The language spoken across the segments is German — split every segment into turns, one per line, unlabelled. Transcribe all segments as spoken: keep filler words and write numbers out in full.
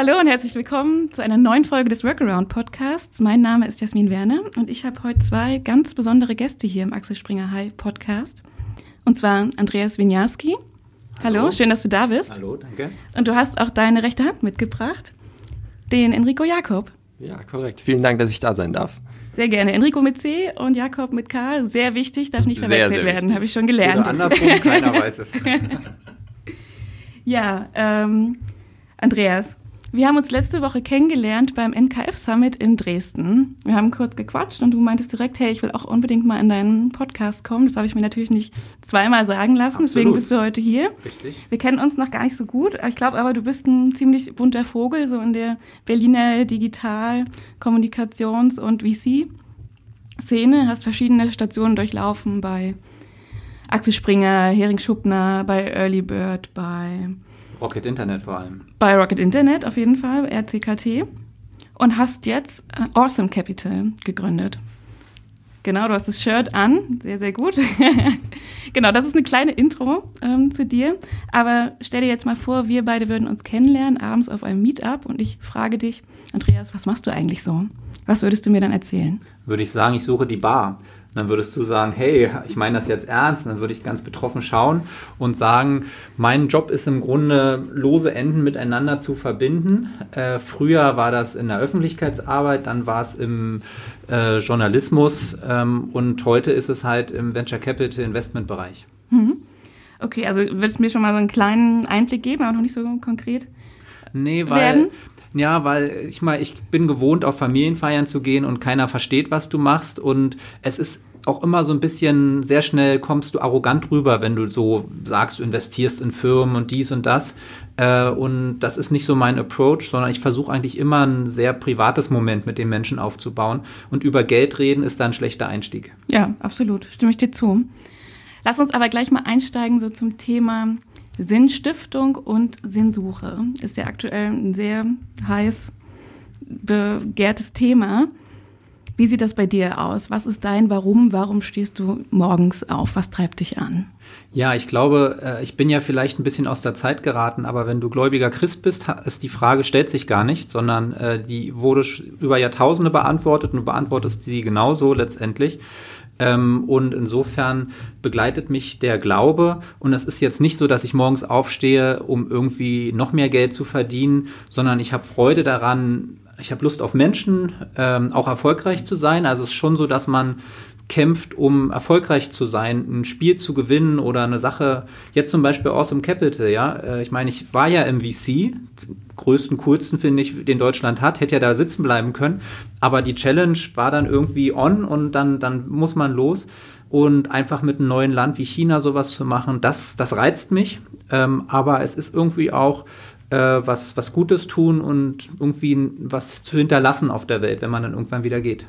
Hallo und herzlich willkommen zu einer neuen Folge des Workaround Podcasts. Mein Name ist Jasmin Werner und ich habe heute zwei ganz besondere Gäste hier im Axel Springer High Podcast. Und zwar Andreas Winiarski. Hallo. Hallo, schön, dass du da bist.
Hallo, danke.
Und du hast auch deine rechte Hand mitgebracht, den Enrico Jakob.
Ja, korrekt. Vielen Dank, dass ich da sein darf.
Sehr gerne. Enrico mit C und Jakob mit K. Sehr wichtig, darf nicht verwechselt sehr, sehr werden, habe ich schon gelernt.
Oder andersrum, keiner weiß es.
Ja, ähm, Andreas, wir haben uns letzte Woche kennengelernt beim N K F Summit in Dresden. Wir haben kurz gequatscht und du meintest direkt, hey, ich will auch unbedingt mal in deinen Podcast kommen. Das habe ich mir natürlich nicht zweimal sagen lassen, Absolut. Deswegen bist du heute hier.
Richtig.
Wir kennen uns noch gar nicht so gut. Ich glaube aber, du bist ein ziemlich bunter Vogel, so in der Berliner Digital-, Kommunikations- und V C-Szene. Hast verschiedene Stationen durchlaufen bei Axel Springer, Hering Schupner, bei Early Bird, bei
Rocket Internet vor allem.
Bei Rocket Internet auf jeden Fall, R C K T. Und hast jetzt äh, Awesome Capital gegründet. Genau, du hast das Shirt an. Sehr, sehr gut. Genau, das ist eine kleine Intro ähm, zu dir. Aber stell dir jetzt mal vor, wir beide würden uns kennenlernen, abends auf einem Meetup. Und ich frage dich, Andreas, was machst du eigentlich so? Was würdest du mir dann erzählen?
Würde ich sagen, ich suche die Bar. Dann würdest du sagen, hey, ich meine das jetzt ernst. Dann würde ich ganz betroffen schauen und sagen, mein Job ist im Grunde, lose Enden miteinander zu verbinden. Äh, früher war das in der Öffentlichkeitsarbeit, dann war es im äh, Journalismus ähm, und heute ist es halt im Venture Capital Investment Bereich.
Mhm. Okay, also würdest du mir schon mal so einen kleinen Einblick geben, aber noch nicht so konkret
Nee, weil...
werden?
Ja, weil ich mal, ich bin gewohnt, auf Familienfeiern zu gehen und keiner versteht, was du machst. Und es ist auch immer so ein bisschen, sehr schnell kommst du arrogant rüber, wenn du so sagst, du investierst in Firmen und dies und das. Äh, und das ist nicht so mein Approach, sondern ich versuche eigentlich immer ein sehr privates Moment mit den Menschen aufzubauen. Und über Geld reden ist da ein schlechter Einstieg.
Ja, absolut. Stimme ich dir zu. Lass uns aber gleich mal einsteigen so zum Thema Sinnstiftung und Sinnsuche. Ist ja aktuell ein sehr heiß begehrtes Thema. Wie sieht das bei dir aus? Was ist dein Warum? Warum stehst du morgens auf? Was treibt dich an?
Ja, ich glaube, ich bin ja vielleicht ein bisschen aus der Zeit geraten, aber wenn du gläubiger Christ bist, ist die Frage, stellt sich gar nicht, sondern die wurde über Jahrtausende beantwortet und du beantwortest sie genauso letztendlich. Und insofern begleitet mich der Glaube. Und es ist jetzt nicht so, dass ich morgens aufstehe, um irgendwie noch mehr Geld zu verdienen, sondern ich habe Freude daran, ich habe Lust auf Menschen, ähm, auch erfolgreich zu sein. Also es ist schon so, dass man kämpft, um erfolgreich zu sein, ein Spiel zu gewinnen oder eine Sache, jetzt zum Beispiel Awesome Capital, ja, ich meine, ich war ja im V C, größten, coolsten, finde ich, den Deutschland hat, hätte ja da sitzen bleiben können, aber die Challenge war dann irgendwie on und dann, dann muss man los und einfach mit einem neuen Land wie China sowas zu machen, das, das reizt mich, ähm, aber es ist irgendwie auch äh, was, was Gutes tun und irgendwie was zu hinterlassen auf der Welt, wenn man dann irgendwann wieder geht.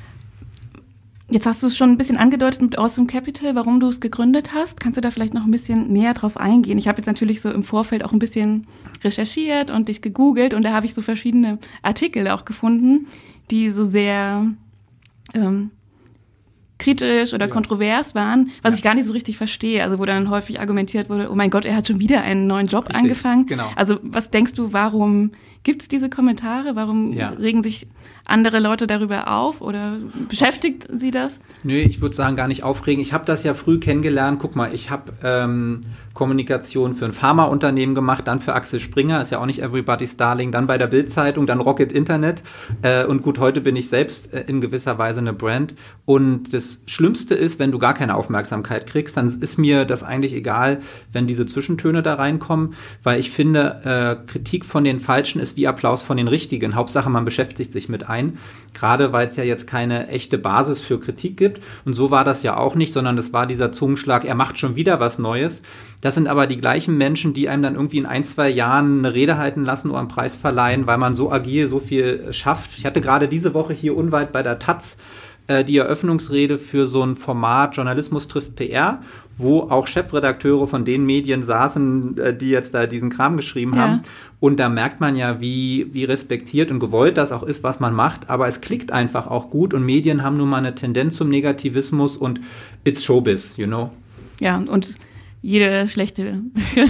Jetzt hast du es schon ein bisschen angedeutet mit Awesome Capital, warum du es gegründet hast. Kannst du da vielleicht noch ein bisschen mehr drauf eingehen? Ich habe jetzt natürlich so im Vorfeld auch ein bisschen recherchiert und dich gegoogelt und da habe ich so verschiedene Artikel auch gefunden, die so sehr ähm, kritisch oder ja. kontrovers waren, was ja. ich gar nicht so richtig verstehe. Also wo dann häufig argumentiert wurde, oh mein Gott, er hat schon wieder einen neuen Job richtig, angefangen.
Genau.
Also was denkst du, warum gibt es diese Kommentare? Warum ja. regen sich andere Leute darüber auf oder beschäftigt sie das?
Nö, ich würde sagen, gar nicht aufregen. Ich habe das ja früh kennengelernt. Guck mal, ich habe ähm, Kommunikation für ein Pharmaunternehmen gemacht, dann für Axel Springer, ist ja auch nicht everybody's darling, dann bei der Bild-Zeitung, dann Rocket Internet äh, und gut, heute bin ich selbst äh, in gewisser Weise eine Brand und das Schlimmste ist, wenn du gar keine Aufmerksamkeit kriegst, dann ist mir das eigentlich egal, wenn diese Zwischentöne da reinkommen, weil ich finde, äh, Kritik von den Falschen ist wie Applaus von den Richtigen. Hauptsache, man beschäftigt sich mit ein, gerade weil es ja jetzt keine echte Basis für Kritik gibt und so war das ja auch nicht, sondern das war dieser Zungenschlag, er macht schon wieder was Neues. Das sind aber die gleichen Menschen, die einem dann irgendwie in ein, zwei Jahren eine Rede halten lassen oder einen Preis verleihen, weil man so agil so viel schafft. Ich hatte gerade diese Woche hier unweit bei der Taz äh, die Eröffnungsrede für so ein Format Journalismus trifft P R, wo auch Chefredakteure von den Medien saßen, äh, die jetzt da diesen Kram geschrieben ja. haben. Und da merkt man ja, wie, wie respektiert und gewollt das auch ist, was man macht. Aber es klickt einfach auch gut und Medien haben nun mal eine Tendenz zum Negativismus und it's Showbiz, you know?
Ja, und jede schlechte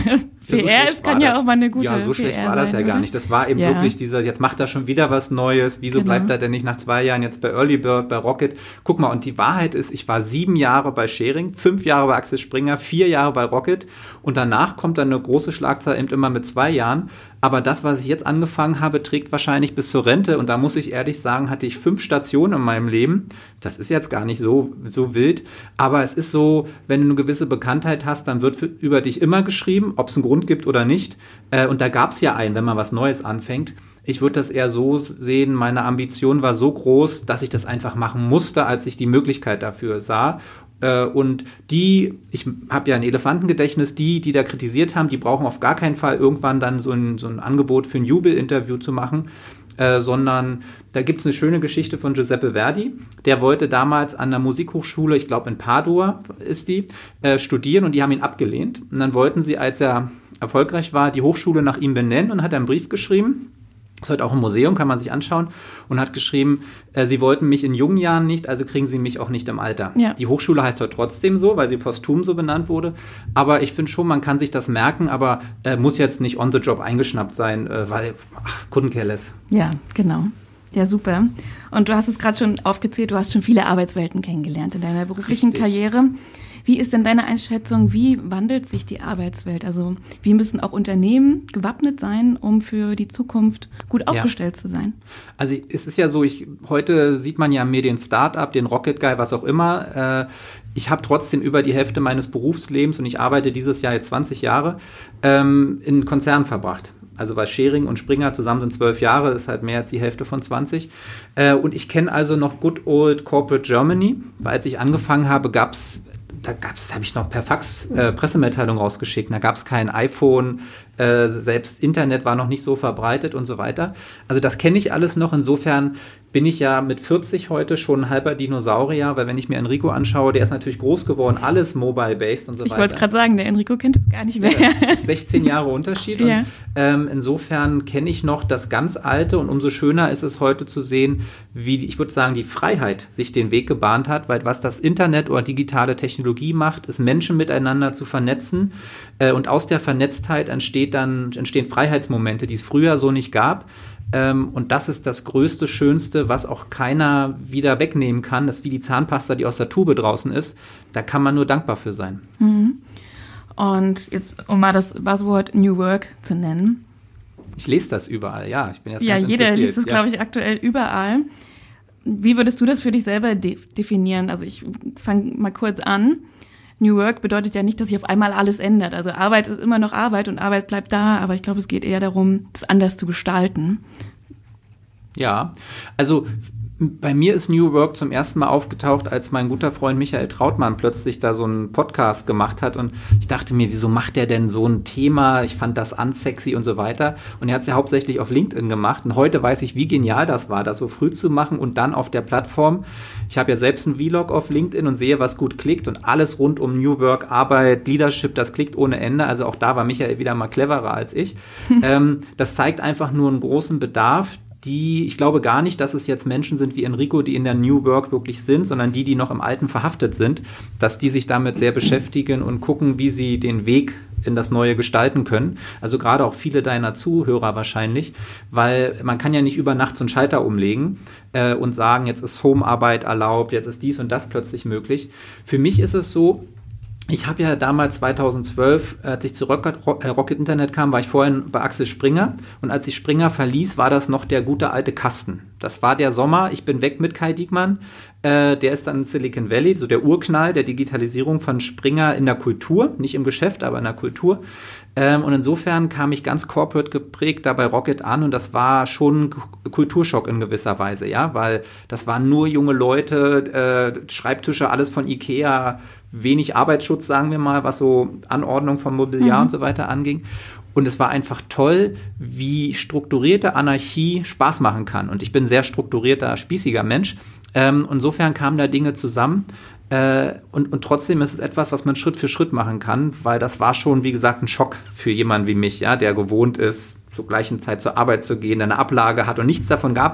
P R ist, kann ja auch mal eine gute
Ja, so schlecht
P R
war das
sein,
ja gar
oder?
nicht. Das war eben
Ja.
wirklich dieser, jetzt macht er schon wieder was Neues. Wieso
Genau.
bleibt er denn nicht nach zwei Jahren jetzt bei Early Bird, bei Rocket? Guck mal, und die Wahrheit ist, ich war sieben Jahre bei Schering, fünf Jahre bei Axel Springer, vier Jahre bei Rocket und danach kommt dann eine große Schlagzahl eben immer mit zwei Jahren. Aber das, was ich jetzt angefangen habe, trägt wahrscheinlich bis zur Rente. Und da muss ich ehrlich sagen, hatte ich fünf Stationen in meinem Leben. Das ist jetzt gar nicht so, so wild. Aber es ist so, wenn du eine gewisse Bekanntheit hast, dann wird über dich immer geschrieben, ob es einen Grund gibt oder nicht. Und da gab es ja einen, wenn man was Neues anfängt. Ich würde das eher so sehen, meine Ambition war so groß, dass ich das einfach machen musste, als ich die Möglichkeit dafür sah. Und die, ich habe ja ein Elefantengedächtnis, die, die da kritisiert haben, die brauchen auf gar keinen Fall irgendwann dann so ein, so ein Angebot für ein Jubelinterview zu machen, äh, sondern da gibt es eine schöne Geschichte von Giuseppe Verdi. Der wollte damals an der Musikhochschule, ich glaube in Padua ist die, äh, studieren und die haben ihn abgelehnt. Und dann wollten sie, als er erfolgreich war, die Hochschule nach ihm benennen und hat einen Brief geschrieben. Das ist heute auch im Museum, kann man sich anschauen, und hat geschrieben, äh, sie wollten mich in jungen Jahren nicht, also kriegen sie mich auch nicht im Alter.
Ja.
Die Hochschule heißt heute trotzdem so, weil sie posthum so benannt wurde, aber ich finde schon, man kann sich das merken, aber äh, muss jetzt nicht on the job eingeschnappt sein, äh, weil, ach, couldn't care less.
Ja, genau. Ja, super. Und du hast es gerade schon aufgezählt, du hast schon viele Arbeitswelten kennengelernt in deiner beruflichen
Richtig.
Karriere. Wie ist denn deine Einschätzung, wie wandelt sich die Arbeitswelt? Also wie müssen auch Unternehmen gewappnet sein, um für die Zukunft gut aufgestellt
Ja.
zu sein?
Also es ist ja so, ich, heute sieht man ja Medien Startup, den Rocket Guy, was auch immer. Äh, ich habe trotzdem über die Hälfte meines Berufslebens, und ich arbeite dieses Jahr jetzt zwanzig Jahre, ähm, in Konzernen verbracht. Also weil Schering und Springer zusammen sind zwölf Jahre, das ist halt mehr als die Hälfte von zwanzig. Äh, und ich kenne also noch Good Old Corporate Germany, weil als ich angefangen habe, gab es Da gab's, habe ich noch per Fax äh, Pressemitteilung rausgeschickt. Da gab es kein iPhone, äh, selbst Internet war noch nicht so verbreitet und so weiter. Also das kenne ich alles noch. Insofern bin ich ja mit vierzig heute schon ein halber Dinosaurier, weil wenn ich mir Enrico anschaue, der ist natürlich groß geworden, alles mobile-based und so
Ich
weiter.
wollte es gerade sagen, der Enrico kennt es gar nicht mehr.
Ja, sechzehn Jahre Unterschied.
Ja.
Und, ähm, insofern kenne ich noch das ganz Alte, und umso schöner ist es heute zu sehen, wie, die, ich würde sagen, die Freiheit sich den Weg gebahnt hat, weil was das Internet oder digitale Technologie macht, ist Menschen miteinander zu vernetzen, äh, und aus der Vernetztheit entsteht dann, entstehen Freiheitsmomente, die es früher so nicht gab. Ähm, und das ist das Größte, Schönste, was auch keiner wieder wegnehmen kann. Das ist wie die Zahnpasta, die aus der Tube draußen ist. Da kann man nur dankbar für sein.
Mhm. Und jetzt, um mal das Buzzword New Work zu nennen.
Ich lese das überall, ja. Ich bin jetzt
Ja,
ganz
jeder
interessiert.
liest es,
Ja.
glaube ich, aktuell überall. Wie würdest du das für dich selber de- definieren? Also ich fange mal kurz an. New Work bedeutet ja nicht, dass sich auf einmal alles ändert. Also Arbeit ist immer noch Arbeit und Arbeit bleibt da, aber ich glaube, es geht eher darum, das anders zu gestalten.
Ja, also bei mir ist New Work zum ersten Mal aufgetaucht, als mein guter Freund Michael Trautmann plötzlich da so einen Podcast gemacht hat, und ich dachte mir, wieso macht der denn so ein Thema? Ich fand das unsexy und so weiter, und er hat es ja hauptsächlich auf LinkedIn gemacht, und heute weiß ich, wie genial das war, das so früh zu machen und dann auf der Plattform. Ich habe ja selbst einen Vlog auf LinkedIn und sehe, was gut klickt, und alles rund um New Work, Arbeit, Leadership, das klickt ohne Ende. Also auch da war Michael wieder mal cleverer als ich. ähm, das zeigt einfach nur einen großen Bedarf, die, ich glaube gar nicht, dass es jetzt Menschen sind wie Enrico, die in der New Work wirklich sind, sondern die, die noch im Alten verhaftet sind, dass die sich damit sehr beschäftigen und gucken, wie sie den Weg in das Neue gestalten können. Also gerade auch viele deiner Zuhörer wahrscheinlich, weil man kann ja nicht über Nacht so einen Schalter umlegen äh, und sagen, jetzt ist Homearbeit erlaubt, jetzt ist dies und das plötzlich möglich. Für mich ist es so, ich habe ja damals zweitausendzwölf, als ich zu Rocket, Rocket Internet kam, war ich vorhin bei Axel Springer, und als ich Springer verließ, war das noch der gute alte Kasten. Das war der Sommer, ich bin weg mit Kai Diekmann, äh, der ist dann in Silicon Valley, so der Urknall der Digitalisierung von Springer in der Kultur, nicht im Geschäft, aber in der Kultur. Ähm, und insofern kam ich ganz corporate geprägt da bei Rocket an, und das war schon ein Kulturschock in gewisser Weise, ja, weil das waren nur junge Leute, äh, Schreibtische, alles von Ikea, wenig Arbeitsschutz, sagen wir mal, was so Anordnung von Mobiliar mhm. und so weiter anging. Und es war einfach toll, wie strukturierte Anarchie Spaß machen kann. Und ich bin ein sehr strukturierter, spießiger Mensch. Ähm, insofern kamen da Dinge zusammen. Äh, und, und trotzdem ist es etwas, was man Schritt für Schritt machen kann, weil das war schon, wie gesagt, ein Schock für jemanden wie mich, ja, der gewohnt ist, zur gleichen Zeit zur Arbeit zu gehen, eine Ablage hat. Und nichts davon gab es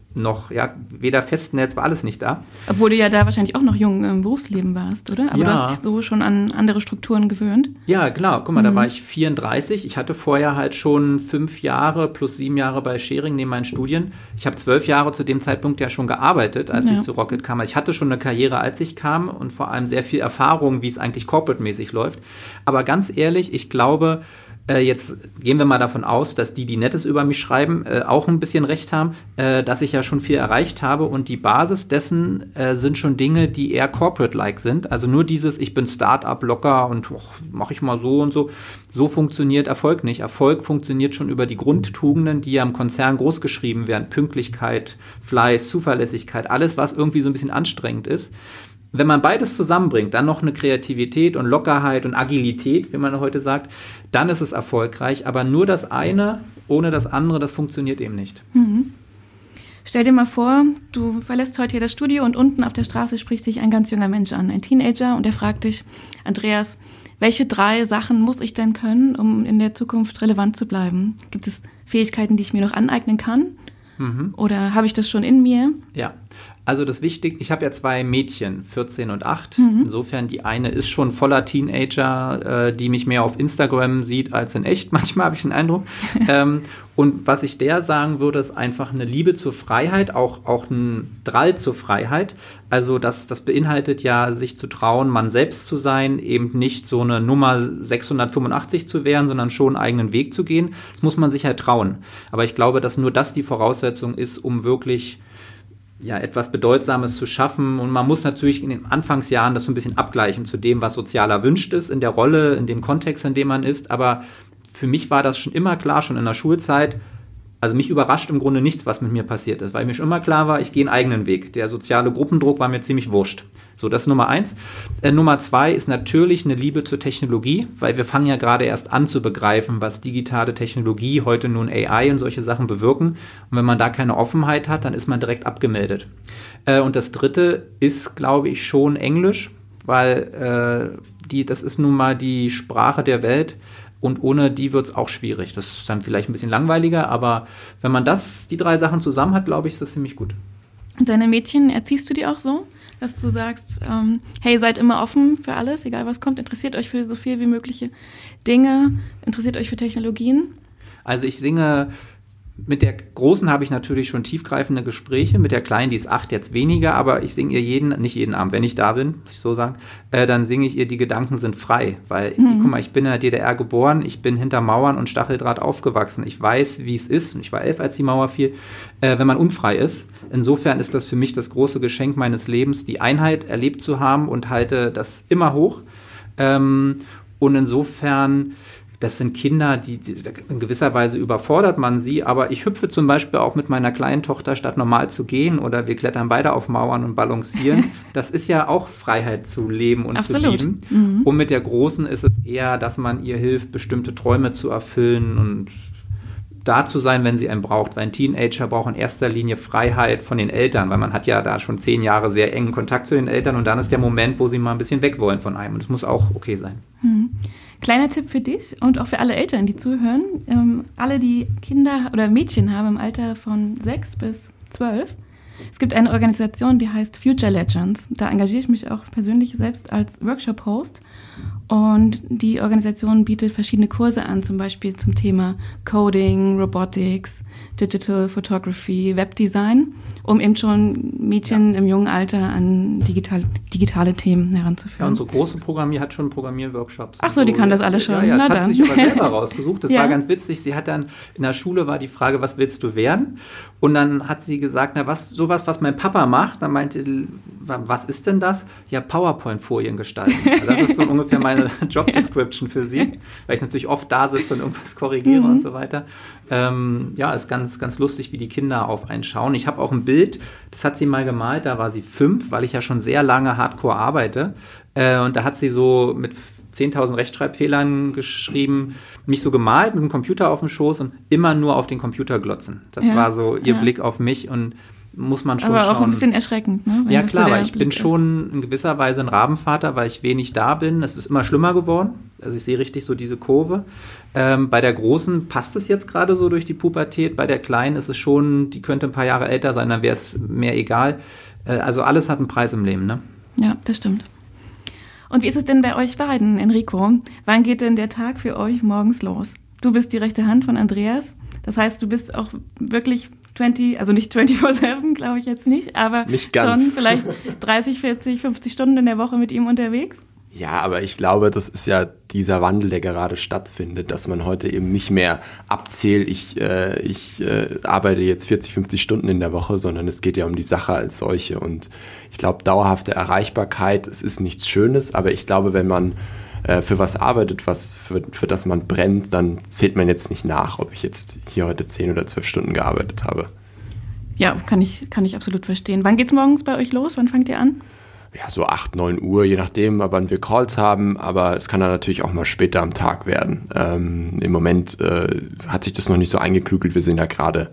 noch, ja, weder Festnetz, war alles nicht da.
Obwohl du ja da wahrscheinlich auch noch jung im Berufsleben warst, oder? Aber
ja.
du hast dich so schon an andere Strukturen gewöhnt.
Ja, klar. Guck mal,
mhm.
da war ich vierunddreißig. Ich hatte vorher halt schon fünf Jahre plus sieben Jahre bei Schering neben meinen Studien. Ich habe zwölf Jahre zu dem Zeitpunkt ja schon gearbeitet, als ja. ich zu Rocket kam. Also ich hatte schon eine Karriere, als ich kam und vor allem sehr viel Erfahrung, wie es eigentlich corporate-mäßig läuft. Aber ganz ehrlich, ich glaube, jetzt gehen wir mal davon aus, dass die, die Nettes über mich schreiben, äh, auch ein bisschen recht haben, äh, dass ich ja schon viel erreicht habe und die Basis dessen äh, sind schon Dinge, die eher corporate-like sind. Also nur dieses, ich bin Start-up locker und oh, mache ich mal so und so. So funktioniert Erfolg nicht. Erfolg funktioniert schon über die Grundtugenden, die ja im Konzern großgeschrieben werden. Pünktlichkeit, Fleiß, Zuverlässigkeit, alles, was irgendwie so ein bisschen anstrengend ist. Wenn man beides zusammenbringt, dann noch eine Kreativität und Lockerheit und Agilität, wie man heute sagt, dann ist es erfolgreich. Aber nur das eine ohne das andere, das funktioniert eben nicht.
Mhm. Stell dir mal vor, du verlässt heute hier das Studio und unten auf der Straße spricht dich ein ganz junger Mensch an, ein Teenager, und der fragt dich, Andreas, welche drei Sachen muss ich denn können, um in der Zukunft relevant zu bleiben? Gibt es Fähigkeiten, die ich mir noch aneignen kann? Mhm. Oder habe ich das schon in mir?
Ja. Also das Wichtige, ich habe ja zwei Mädchen, vierzehn und acht. Mhm. Insofern, die eine ist schon voller Teenager, äh, die mich mehr auf Instagram sieht als in echt. Manchmal habe ich den Eindruck. ähm, und was ich der sagen würde, ist einfach eine Liebe zur Freiheit, auch, auch ein Drall zur Freiheit. Also das, das beinhaltet ja, sich zu trauen, man selbst zu sein, eben nicht so eine Nummer sechshundertfünfundachtzig zu werden, sondern schon einen eigenen Weg zu gehen. Das muss man sich halt trauen. Aber ich glaube, dass nur das die Voraussetzung ist, um wirklich ja, etwas Bedeutsames zu schaffen. Und man muss natürlich in den Anfangsjahren das so ein bisschen abgleichen zu dem, was sozial erwünscht ist, in der Rolle, in dem Kontext, in dem man ist. Aber für mich war das schon immer klar, schon in der Schulzeit. Also mich überrascht im Grunde nichts, was mit mir passiert ist, weil mir schon immer klar war, ich gehe einen eigenen Weg. Der soziale Gruppendruck war mir ziemlich wurscht. So, das ist Nummer eins. Äh, Nummer zwei ist natürlich eine Liebe zur Technologie, weil wir fangen ja gerade erst an zu begreifen, was digitale Technologie, heute nun A I und solche Sachen bewirken. Und wenn man da keine Offenheit hat, dann ist man direkt abgemeldet. Äh, und das dritte ist, glaube ich, schon Englisch, weil äh, die, das ist nun mal die Sprache der Welt. Und ohne die wird es auch schwierig. Das ist dann vielleicht ein bisschen langweiliger, aber wenn man das, die drei Sachen zusammen hat, glaube ich, ist das ziemlich gut.
Und deine Mädchen, erziehst du die auch so, dass du sagst, ähm, hey, seid immer offen für alles, egal was kommt, interessiert euch für so viel wie mögliche Dinge, interessiert euch für Technologien?
Also ich singe, mit der Großen habe ich natürlich schon tiefgreifende Gespräche, mit der Kleinen, die ist acht, jetzt weniger, aber ich singe ihr jeden, nicht jeden Abend, wenn ich da bin, muss ich so sagen, äh, dann singe ich ihr, die Gedanken sind frei, weil, mhm. ich, guck mal, ich bin in der D D R geboren, ich bin hinter Mauern und Stacheldraht aufgewachsen, ich weiß, wie es ist, und ich war elf, als die Mauer fiel, äh, wenn man unfrei ist. Insofern ist das für mich das große Geschenk meines Lebens, die Einheit erlebt zu haben, und halte das immer hoch. Ähm, und insofern, das sind Kinder, die, die in gewisser Weise überfordert man sie, aber ich hüpfe zum Beispiel auch mit meiner kleinen Tochter, statt normal zu gehen, oder wir klettern beide auf Mauern und balancieren. Das ist ja auch Freiheit zu leben und
Absolut.
zu lieben.
Mhm.
Und mit der Großen ist es eher, dass man ihr hilft, bestimmte Träume zu erfüllen und da zu sein, wenn sie einen braucht. Weil ein Teenager braucht in erster Linie Freiheit von den Eltern, weil man hat ja da schon zehn Jahre sehr engen Kontakt zu den Eltern, und dann ist der Moment, wo sie mal ein bisschen weg wollen von einem, und das muss auch okay sein.
Mhm. Kleiner Tipp für dich und auch für alle Eltern, die zuhören. Ähm, alle, die Kinder oder Mädchen haben im Alter von sechs bis zwölf. Es gibt eine Organisation, die heißt Future Legends. Da engagiere ich mich auch persönlich selbst als Workshop-Host. Und die Organisation bietet verschiedene Kurse an, zum Beispiel zum Thema Coding, Robotics, Digital Photography, Webdesign, um eben schon Mädchen ja. im jungen Alter an digital, digitale Themen heranzuführen.
Ja, unsere große Programmier hat schon Programmierworkshops.
Ach so, die kann das alle schon.
Ja, ja,
Na
das
dann.
hat sie sich aber selber rausgesucht. Das
ja.
war ganz witzig. Sie hat dann, in der Schule war die Frage, was willst du werden? Und dann hat sie gesagt, na was, sowas, was mein Papa macht. Dann meinte, was ist denn das? Ja, PowerPoint-Folien gestalten. Also das ist so ungefähr meine Job-Description für sie, weil ich natürlich oft da sitze und irgendwas korrigiere mhm. und so weiter. Ähm, ja, ist ganz, ganz lustig, wie die Kinder auf einen schauen. Ich habe auch ein Bild, das hat sie mal gemalt, da war sie fünf, weil ich ja schon sehr lange Hardcore arbeite. Äh, und da hat sie so mit zehntausend Rechtschreibfehlern geschrieben, mich so gemalt mit dem Computer auf dem Schoß und immer nur auf den Computer glotzen. Das ja. war so ihr ja. Blick auf mich, und muss man schon
Aber auch
schauen.
ein bisschen erschreckend, ne? Wenn
Ja
das
klar,
so der
aber ich
Blick
bin schon in gewisser Weise ein Rabenvater, weil ich wenig da bin. Es ist immer schlimmer geworden. Also ich sehe richtig so diese Kurve. Ähm, bei der Großen passt es jetzt gerade so durch die Pubertät. Bei der Kleinen ist es schon, die könnte ein paar Jahre älter sein, dann wäre es mehr egal. Äh, also alles hat einen Preis im Leben, ne?
Ja, das stimmt. Und wie ist es denn bei euch beiden, Enrico? Wann geht denn der Tag für euch morgens los? Du bist die rechte Hand von Andreas. Das heißt, du bist auch wirklich zwanzig, also nicht vierundzwanzig sieben, glaube ich jetzt nicht, aber
nicht ganz.
schon vielleicht dreißig, vierzig, fünfzig Stunden in der Woche mit ihm unterwegs?
Ja, aber ich glaube, das ist ja dieser Wandel, der gerade stattfindet, dass man heute eben nicht mehr abzählt, ich, äh, ich äh, arbeite jetzt vierzig, fünfzig Stunden in der Woche, sondern es geht ja um die Sache als solche. Und ich glaube, dauerhafte Erreichbarkeit, es ist nichts Schönes, aber ich glaube, wenn man äh, für was arbeitet, was für, für das man brennt, dann zählt man jetzt nicht nach, ob ich jetzt hier heute zehn oder zwölf Stunden gearbeitet habe.
Ja, kann ich, kann ich absolut verstehen. Wann geht's morgens bei euch los? Wann fangt ihr an?
Ja, so acht, neun Uhr, je nachdem, wann wir Calls haben, aber es kann dann natürlich auch mal später am Tag werden. Ähm, im Moment äh, hat sich das noch nicht so eingeklügelt, wir sind ja gerade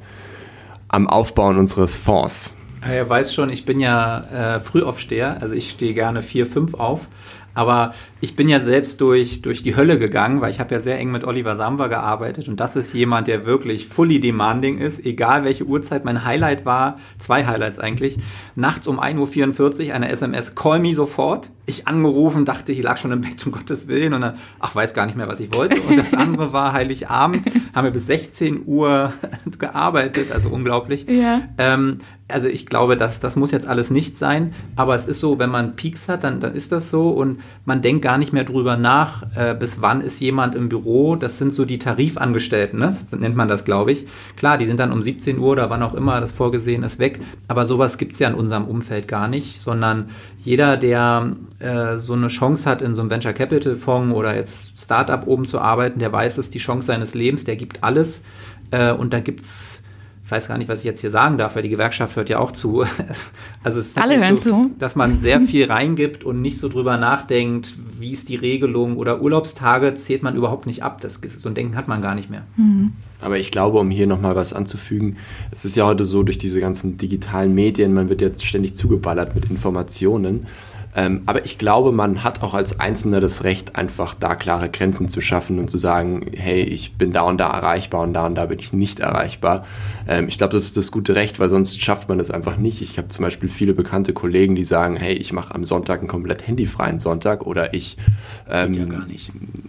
am Aufbauen unseres Fonds.
Er weiß schon, ich bin ja äh, Frühaufsteher, also ich stehe gerne vier, fünf auf. Aber ich bin ja selbst durch, durch die Hölle gegangen, weil ich habe ja sehr eng mit Oliver Samwer gearbeitet und das ist jemand, der wirklich fully demanding ist, egal welche Uhrzeit. Mein Highlight war, zwei Highlights eigentlich, nachts um ein Uhr vierundvierzig eine S M S, call me sofort. Ich angerufen, dachte, ich lag schon im Bett, um Gottes Willen und dann, ach, weiß gar nicht mehr, was ich wollte. Und das andere war Heiligabend, haben wir bis sechzehn Uhr gearbeitet, also unglaublich.
Ja.
Ähm, also ich glaube, das, das muss jetzt alles nicht sein, aber es ist so, wenn man Peaks hat, dann, dann ist das so und man denkt gar nicht mehr drüber nach, äh, bis wann ist jemand im Büro. Das sind so die Tarifangestellten, ne? So nennt man das, glaube ich. Klar, die sind dann um siebzehn Uhr oder wann auch immer das vorgesehen ist weg, aber sowas gibt es ja in unserem Umfeld gar nicht, sondern jeder, der äh, so eine Chance hat, in so einem Venture Capital Fonds oder jetzt Startup oben zu arbeiten, der weiß, es ist die Chance seines Lebens, der gibt alles äh, und da gibt's, ich weiß gar nicht, was ich jetzt hier sagen darf, weil die Gewerkschaft hört ja auch zu. Also es ist
alle hören
so,
zu,
dass man sehr viel reingibt und nicht so drüber nachdenkt, wie ist die Regelung oder Urlaubstage zählt man überhaupt nicht ab. Das, so ein Denken hat man gar nicht mehr.
Mhm.
Aber ich glaube, um hier nochmal was anzufügen, es ist ja heute so durch diese ganzen digitalen Medien, man wird jetzt ständig zugeballert mit Informationen. Ähm, aber ich glaube, man hat auch als Einzelner das Recht, einfach da klare Grenzen zu schaffen und zu sagen, hey, ich bin da und da erreichbar und da und da bin ich nicht erreichbar. Ähm, ich glaube, das ist das gute Recht, weil sonst schafft man das einfach nicht. Ich habe zum Beispiel viele bekannte Kollegen, die sagen, hey, ich mache am Sonntag einen komplett handyfreien Sonntag oder ich... Ähm,
Geht ja gar nicht.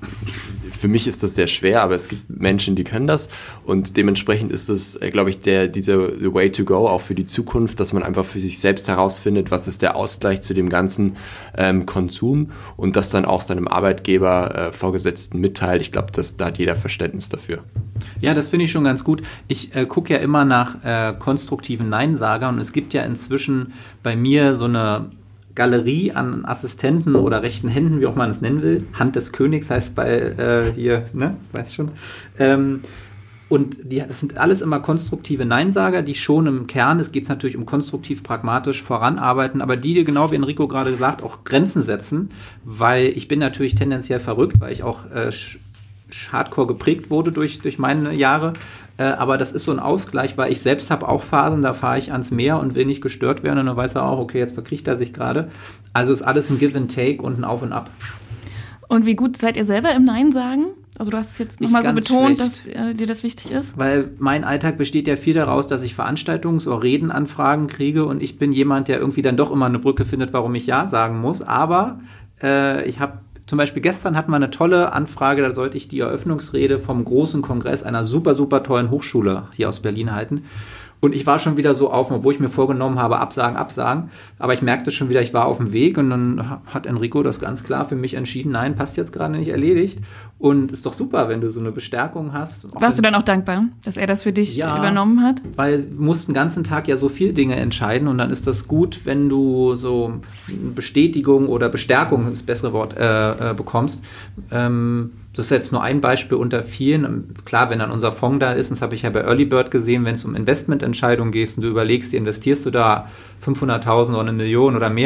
Für mich ist das sehr schwer, aber es gibt Menschen, die können das und dementsprechend ist das, glaube ich, der dieser the way to go auch für die Zukunft, dass man einfach für sich selbst herausfindet, was ist der Ausgleich zu dem ganzen ähm, Konsum und das dann auch seinem Arbeitgeber, äh, Vorgesetzten mitteilt. Ich glaube, dass da hat jeder Verständnis dafür.
Ja, das finde ich schon ganz gut. Ich äh, gucke ja immer nach äh, konstruktiven Neinsagern und es gibt ja inzwischen bei mir so eine Galerie an Assistenten oder rechten Händen, wie auch man es nennen will. Hand des Königs heißt bei äh, hier, ne, weißt schon. Ähm, und die, das sind alles immer konstruktive Neinsager, die schon im Kern, es geht natürlich um konstruktiv, pragmatisch voranarbeiten, aber die, genau wie Enrico gerade gesagt, auch Grenzen setzen, weil ich bin natürlich tendenziell verrückt, weil ich auch äh, hardcore geprägt wurde durch, durch meine Jahre. Äh, aber das ist so ein Ausgleich, weil ich selbst habe auch Phasen, da fahre ich ans Meer und will nicht gestört werden und dann weiß er auch, okay, jetzt verkriecht er sich gerade. Also ist alles ein Give and Take und ein Auf und Ab.
Und wie gut seid ihr selber im Nein sagen? Also du hast es jetzt nochmal so betont,
schlecht,
dass äh, dir das wichtig ist.
Weil mein Alltag besteht ja viel daraus, dass ich Veranstaltungs- oder Redenanfragen kriege und ich bin jemand, der irgendwie dann doch immer eine Brücke findet, warum ich Ja sagen muss. Aber äh, ich habe zum Beispiel gestern hatten wir eine tolle Anfrage, da sollte ich die Eröffnungsrede vom großen Kongress einer super, super tollen Hochschule hier aus Berlin halten. Und ich war schon wieder so auf, obwohl ich mir vorgenommen habe, absagen, absagen. Aber ich merkte schon wieder, ich war auf dem Weg und dann hat Enrico das ganz klar für mich entschieden, nein, passt jetzt gerade nicht, erledigt. Und ist doch super, wenn du so eine Bestärkung hast.
Warst du dann auch dankbar, dass er das für dich
ja,
übernommen hat?
Weil du musst den ganzen Tag ja so viele Dinge entscheiden und dann ist das gut, wenn du so eine Bestätigung oder Bestärkung, das bessere Wort, äh, äh, bekommst. Ähm, Das ist jetzt nur ein Beispiel unter vielen. Klar, wenn dann unser Fonds da ist, das habe ich ja bei Early Bird gesehen, wenn es um Investmententscheidungen geht und du überlegst, investierst du da fünfhunderttausend oder eine Million oder mehr,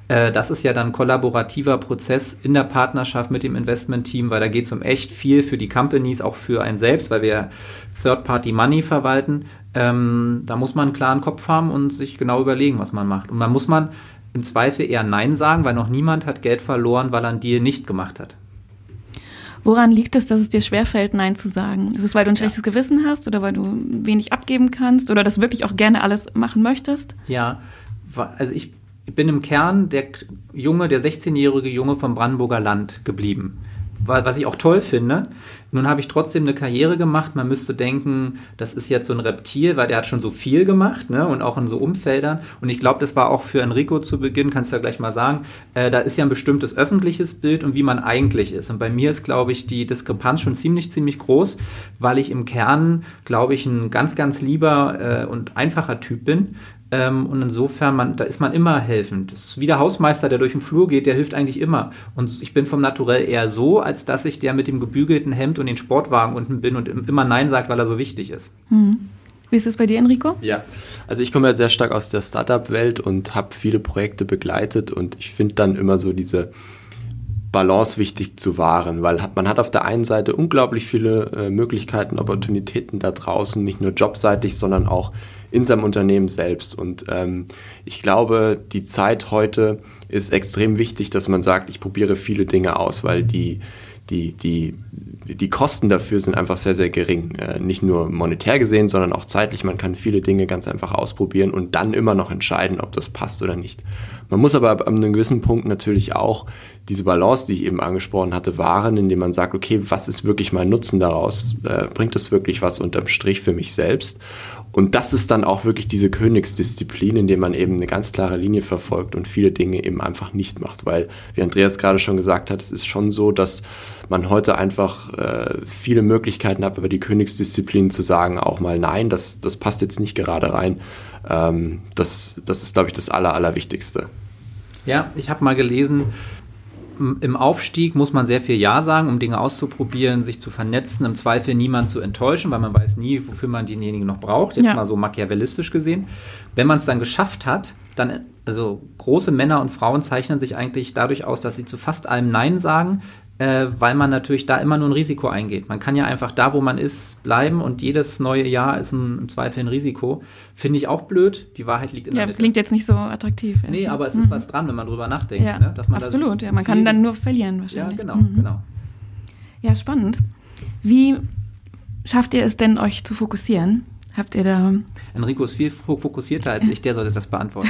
Äh, das ist ja dann ein kollaborativer Prozess in der Partnerschaft mit dem Investmentteam, weil da geht es um echt viel für die Companies, auch für einen selbst, weil wir Third-Party-Money verwalten. Ähm, da muss man einen klaren Kopf haben und sich genau überlegen, was man macht. Und dann muss man im Zweifel eher Nein sagen, weil noch niemand hat Geld verloren, weil er einen Deal nicht gemacht hat.
Woran liegt es, dass es dir schwerfällt, Nein zu sagen? Ist es, weil du ein schlechtes ja. Gewissen hast oder weil du wenig abgeben kannst oder das wirklich auch gerne alles machen möchtest?
Ja, also ich bin im Kern der Junge, der sechzehnjährige Junge vom Brandenburger Land geblieben. Was ich auch toll finde. Nun habe ich trotzdem eine Karriere gemacht. Man müsste denken, das ist jetzt so ein Reptil, weil der hat schon so viel gemacht, ne? Und auch in so Umfeldern. Und ich glaube, das war auch für Enrico zu Beginn, kannst du ja gleich mal sagen, äh, da ist ja ein bestimmtes öffentliches Bild und wie man eigentlich ist. Und bei mir ist, glaube ich, die Diskrepanz schon ziemlich, ziemlich groß, weil ich im Kern, glaube ich, ein ganz, ganz lieber äh, und einfacher Typ bin. Und insofern, man, da ist man immer helfend. Das ist wie der Hausmeister, der durch den Flur geht, der hilft eigentlich immer. Und ich bin vom Naturell eher so, als dass ich der mit dem gebügelten Hemd und den Sportwagen unten bin und immer Nein sagt, weil er so wichtig ist.
Hm. Wie ist das bei dir, Enrico?
Ja, also ich komme ja sehr stark aus der Startup-Welt und habe viele Projekte begleitet und ich finde dann immer so diese Balance wichtig zu wahren, weil man hat auf der einen Seite unglaublich viele äh, Möglichkeiten, Opportunitäten da draußen, nicht nur jobseitig, sondern auch in seinem Unternehmen selbst. Und ähm, ich glaube, die Zeit heute ist extrem wichtig, dass man sagt, ich probiere viele Dinge aus, weil die, die, die, die Kosten dafür sind einfach sehr, sehr gering. Äh, nicht nur monetär gesehen, sondern auch zeitlich. Man kann viele Dinge ganz einfach ausprobieren und dann immer noch entscheiden, ob das passt oder nicht. Man muss aber ab einem gewissen Punkt natürlich auch diese Balance, die ich eben angesprochen hatte, wahren, indem man sagt, okay, was ist wirklich mein Nutzen daraus? Äh, bringt es wirklich was unterm Strich für mich selbst? Und das ist dann auch wirklich diese Königsdisziplin, in der man eben eine ganz klare Linie verfolgt und viele Dinge eben einfach nicht macht. Weil, wie Andreas gerade schon gesagt hat, es ist schon so, dass man heute einfach äh, viele Möglichkeiten hat, aber die Königsdisziplin zu sagen, auch mal nein, das, das passt jetzt nicht gerade rein. Ähm, das, das ist, glaube ich, das Aller, Allerwichtigste.
Ja, ich habe mal gelesen, im Aufstieg muss man sehr viel Ja sagen, um Dinge auszuprobieren, sich zu vernetzen, im Zweifel niemand zu enttäuschen, weil man weiß nie, wofür man denjenigen noch braucht, jetzt ja. mal so machiavellistisch gesehen. Wenn man es dann geschafft hat, dann, also große Männer und Frauen zeichnen sich eigentlich dadurch aus, dass sie zu fast allem Nein sagen, äh, weil man natürlich da immer nur ein Risiko eingeht. Man kann ja einfach da, wo man ist, bleiben und jedes neue Jahr ist ein, im Zweifel ein Risiko. Finde ich auch blöd. Die Wahrheit liegt in
ja,
der Mitte.
Klingt jetzt nicht so attraktiv.
Nee, also. aber es ist mhm. was dran, wenn man drüber nachdenkt.
Ja,
ne? Dass man
absolut. Ja, man kann dann nur verlieren wahrscheinlich.
Ja, genau,
mhm.
genau.
Ja, spannend. Wie schafft ihr es denn, euch zu fokussieren? Habt ihr da...
Enrico ist viel fokussierter als ich, der sollte das beantworten.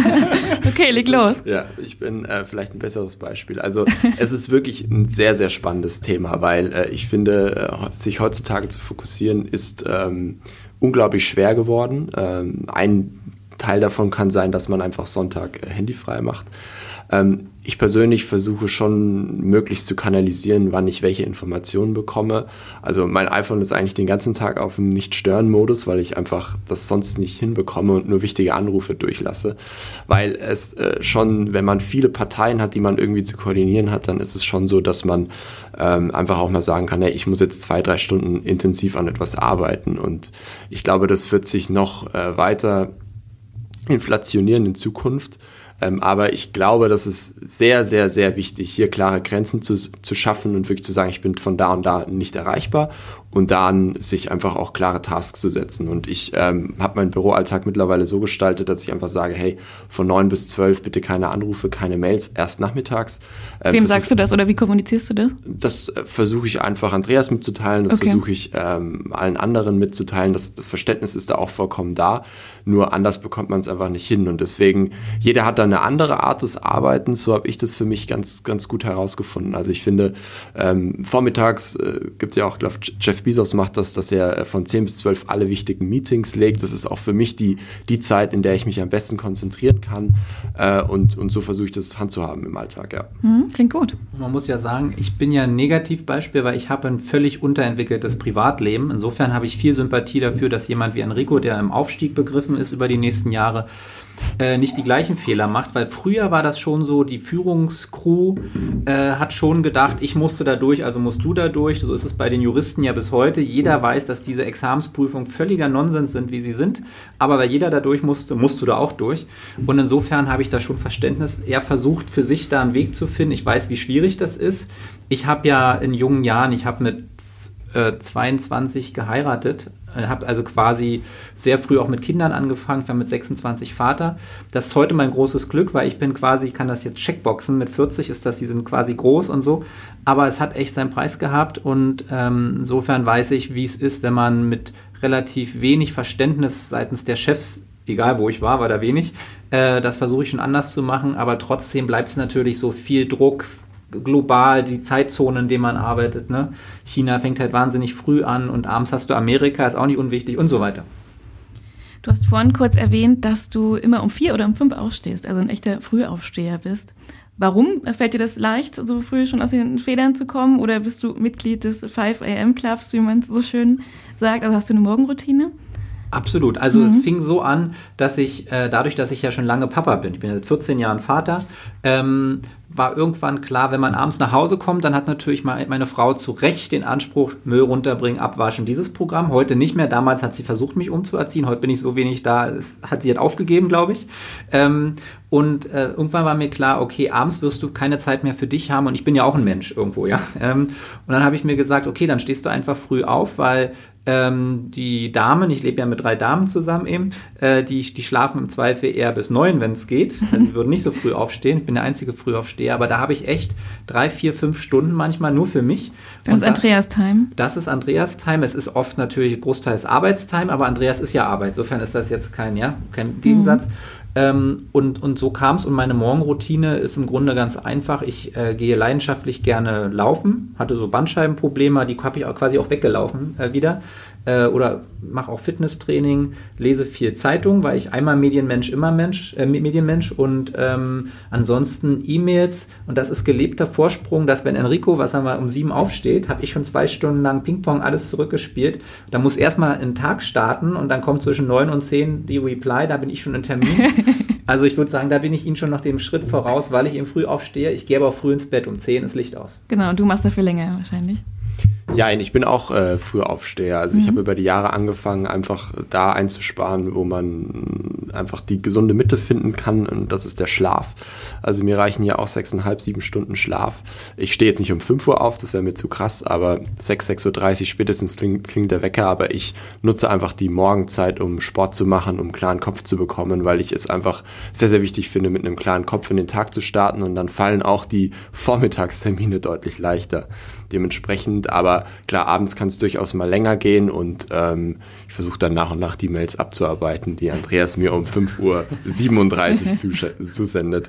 Okay, leg los.
Ja, ich bin äh, vielleicht ein besseres Beispiel. Also es ist wirklich ein sehr, sehr spannendes Thema, weil äh, ich finde, äh, sich heutzutage zu fokussieren ist ähm, unglaublich schwer geworden. Ähm, ein Teil davon kann sein, dass man einfach Sonntag äh, handyfrei macht. Ähm, ich persönlich versuche schon möglichst zu kanalisieren, wann ich welche Informationen bekomme. Also mein iPhone ist eigentlich den ganzen Tag auf dem Nicht-Stören-Modus, weil ich einfach das sonst nicht hinbekomme und nur wichtige Anrufe durchlasse. Weil es äh, schon, wenn man viele Parteien hat, die man irgendwie zu koordinieren hat, dann ist es schon so, dass man ähm, einfach auch mal sagen kann, hey, ich muss jetzt zwei, drei Stunden intensiv an etwas arbeiten. Und ich glaube, das wird sich noch äh, weiter inflationieren in Zukunft. Ähm, aber ich glaube, das ist sehr, sehr, sehr wichtig, hier klare Grenzen zu, zu schaffen und wirklich zu sagen, ich bin von da und da nicht erreichbar und dann sich einfach auch klare Tasks zu setzen. Und ich ähm, habe meinen Büroalltag mittlerweile so gestaltet, dass ich einfach sage, hey, von neun bis zwölf bitte keine Anrufe, keine Mails, erst nachmittags.
Ähm, Wem sagst ist, du das oder wie kommunizierst du das?
Das äh, versuche ich einfach Andreas mitzuteilen, das okay. versuche ich ähm, allen anderen mitzuteilen. Das, das Verständnis ist da auch vollkommen da, nur anders bekommt man es einfach nicht hin. Und deswegen, jeder hat da eine andere Art des Arbeitens, so habe ich das für mich ganz, ganz gut herausgefunden. Also ich finde, ähm, vormittags äh, gibt es ja auch, glaube ich, Jeff Bezos macht das, dass er von zehn bis zwölf alle wichtigen Meetings legt. Das ist auch für mich die, die Zeit, in der ich mich am besten konzentrieren kann. Äh, und, und so versuche ich das handzuhaben im Alltag, ja.
Mhm, klingt gut.
Man muss ja sagen, ich bin ja ein Negativbeispiel, weil ich habe ein völlig unterentwickeltes Privatleben. Insofern habe ich viel Sympathie dafür, dass jemand wie Enrico, der im Aufstieg begriffen ist über die nächsten Jahre, äh, nicht die gleichen Fehler macht, weil früher war das schon so, die Führungscrew äh, hat schon gedacht, ich musste da durch, also musst du da durch. So ist es bei den Juristen ja bis heute. Jeder weiß, dass diese Examensprüfungen völliger Nonsens sind, wie sie sind, aber weil jeder da durch musste, musst du da auch durch. Und insofern habe ich da schon Verständnis. Er versucht für sich da einen Weg zu finden. Ich weiß, wie schwierig das ist. Ich habe ja in jungen Jahren, ich habe mit äh, zweiundzwanzig geheiratet, habe also quasi sehr früh auch mit Kindern angefangen, war mit sechsundzwanzig Vater. Das ist heute mein großes Glück, weil ich bin quasi, ich kann das jetzt checkboxen, mit vierzig ist das, die sind quasi groß und so, aber es hat echt seinen Preis gehabt und ähm, insofern weiß ich, wie es ist, wenn man mit relativ wenig Verständnis seitens der Chefs, egal wo ich war, war da wenig, äh, das versuche ich schon anders zu machen, aber trotzdem bleibt es natürlich so viel Druck, global, die Zeitzonen, in denen man arbeitet. Ne? China fängt halt wahnsinnig früh an und abends hast du Amerika, ist auch nicht unwichtig und so weiter.
Du hast vorhin kurz erwähnt, dass du immer um vier oder um fünf aufstehst, also ein echter Frühaufsteher bist. Warum? Fällt dir das leicht, so früh schon aus den Federn zu kommen? Oder bist du Mitglied des five a m Clubs, wie man es so schön sagt? Also hast du eine Morgenroutine?
Absolut. Also
mhm.
es fing so an, dass ich, äh, dadurch, dass ich ja schon lange Papa bin, ich bin seit vierzehn Jahren Vater, ähm, war irgendwann klar, wenn man abends nach Hause kommt, dann hat natürlich meine Frau zu Recht den Anspruch, Müll runterbringen, abwaschen, dieses Programm. Heute nicht mehr. Damals hat sie versucht, mich umzuerziehen. Heute bin ich so wenig da, es hat sie halt aufgegeben, glaube ich. Ähm, und äh, irgendwann war mir klar, okay, abends wirst du keine Zeit mehr für dich haben und ich bin ja auch ein Mensch irgendwo, ja. Ähm, und dann habe ich mir gesagt, okay, dann stehst du einfach früh auf, weil Ähm, die Damen, ich lebe ja mit drei Damen zusammen eben, äh, die, die schlafen im Zweifel eher bis neun, wenn es geht. Also sie würden nicht so früh aufstehen. Ich bin der einzige Frühaufsteher, aber da habe ich echt drei, vier, fünf Stunden manchmal nur für mich.
Das ist Andreas-Time.
Das ist Andreas-Time. Es ist oft natürlich großteils Arbeitstime, aber Andreas ist ja Arbeit. Insofern ist das jetzt kein, ja, kein Gegensatz. Mhm. Ähm, und, und so kam es und meine Morgenroutine ist im Grunde ganz einfach. Ich äh, gehe leidenschaftlich gerne laufen, hatte so Bandscheibenprobleme, die habe ich auch quasi auch weggelaufen äh, wieder. Äh, oder mache auch Fitnesstraining, lese viel Zeitung, weil ich einmal Medienmensch, immer Mensch, äh, Medienmensch und ähm, ansonsten E-Mails und das ist gelebter Vorsprung, dass wenn Enrico, was haben wir, um sieben aufsteht, habe ich schon zwei Stunden lang Ping-Pong alles zurückgespielt. Da muss erstmal ein Tag starten und dann kommt zwischen neun und zehn die Reply, da bin ich schon in Termin. Also ich würde sagen, da bin ich Ihnen schon noch dem Schritt voraus, weil ich eben früh aufstehe. Ich gehe aber auch früh ins Bett, um zehn ist Licht aus.
Genau, und du machst dafür länger wahrscheinlich.
Ja, ich bin auch äh, früher Aufsteher. Also mhm. ich habe über die Jahre angefangen, einfach da einzusparen, wo man einfach die gesunde Mitte finden kann und das ist der Schlaf. Also mir reichen hier auch sechseinhalb, sieben Stunden Schlaf. Ich stehe jetzt nicht um fünf Uhr auf, das wäre mir zu krass, aber sechs, sechs Uhr dreißig spätestens klingt, klingt der Wecker, aber ich nutze einfach die Morgenzeit, um Sport zu machen, um einen klaren Kopf zu bekommen, weil ich es einfach sehr, sehr wichtig finde, mit einem klaren Kopf in den Tag zu starten und dann fallen auch die Vormittagstermine deutlich leichter. Dementsprechend, aber klar, abends kann es durchaus mal länger gehen und ähm, ich versuche dann nach und nach die Mails abzuarbeiten, die Andreas mir um fünf Uhr siebenunddreißig zusendet.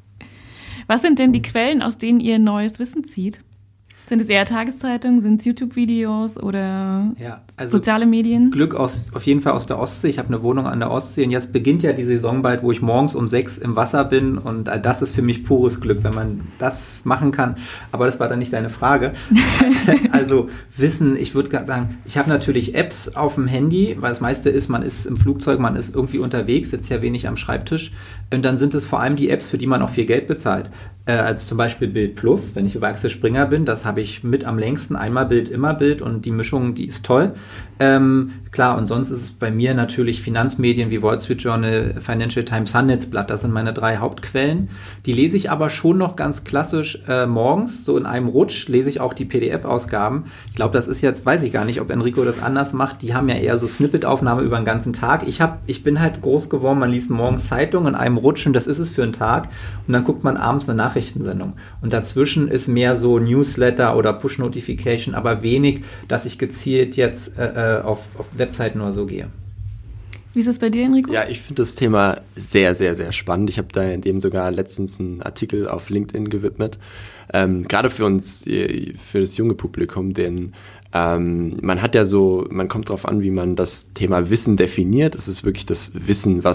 Was sind denn die Quellen, aus denen ihr neues Wissen zieht? Sind es eher Tageszeitungen, sind es YouTube-Videos oder
ja, also
soziale Medien?
Glück aus, auf jeden Fall aus der Ostsee. Ich habe eine Wohnung an der Ostsee und jetzt beginnt ja die Saison bald, wo ich morgens um sechs im Wasser bin und das ist für mich pures Glück, wenn man das machen kann. Aber das war dann nicht deine Frage. Also Wissen, ich würde sagen, ich habe natürlich Apps auf dem Handy, weil das meiste ist, man ist im Flugzeug, man ist irgendwie unterwegs, sitzt ja wenig am Schreibtisch und dann sind es vor allem die Apps, für die man auch viel Geld bezahlt. Also zum Beispiel Bild Plus, wenn ich über Axel Springer bin, das habe ich mit am längsten, einmal Bild, immer Bild und die Mischung, die ist toll. Ähm, klar, und sonst ist es bei mir natürlich Finanzmedien wie Wall Street Journal, Financial Times, Handelsblatt, das sind meine drei Hauptquellen. Die lese ich aber schon noch ganz klassisch äh, morgens, so in einem Rutsch, lese ich auch die P D F-Ausgaben. Ich glaube, das ist jetzt, weiß ich gar nicht, ob Enrico das anders macht, die haben ja eher so Snippet-Aufnahme über den ganzen Tag. Ich, hab, ich bin halt groß geworden, man liest morgens Zeitung in einem Rutsch und das ist es für einen Tag und dann guckt man abends eine Nachrichtensendung. Und dazwischen ist mehr so Newsletter oder Push-Notification, aber wenig, dass ich gezielt jetzt äh, auf, auf Webseiten oder so gehe.
Wie ist das bei dir, Enrico?
Ja, ich finde das Thema sehr, sehr, sehr spannend. Ich habe da in dem sogar letztens einen Artikel auf LinkedIn gewidmet. Ähm, gerade für uns, für das junge Publikum, denn ähm, man hat ja so, man kommt drauf an, wie man das Thema Wissen definiert. Es ist wirklich das Wissen, was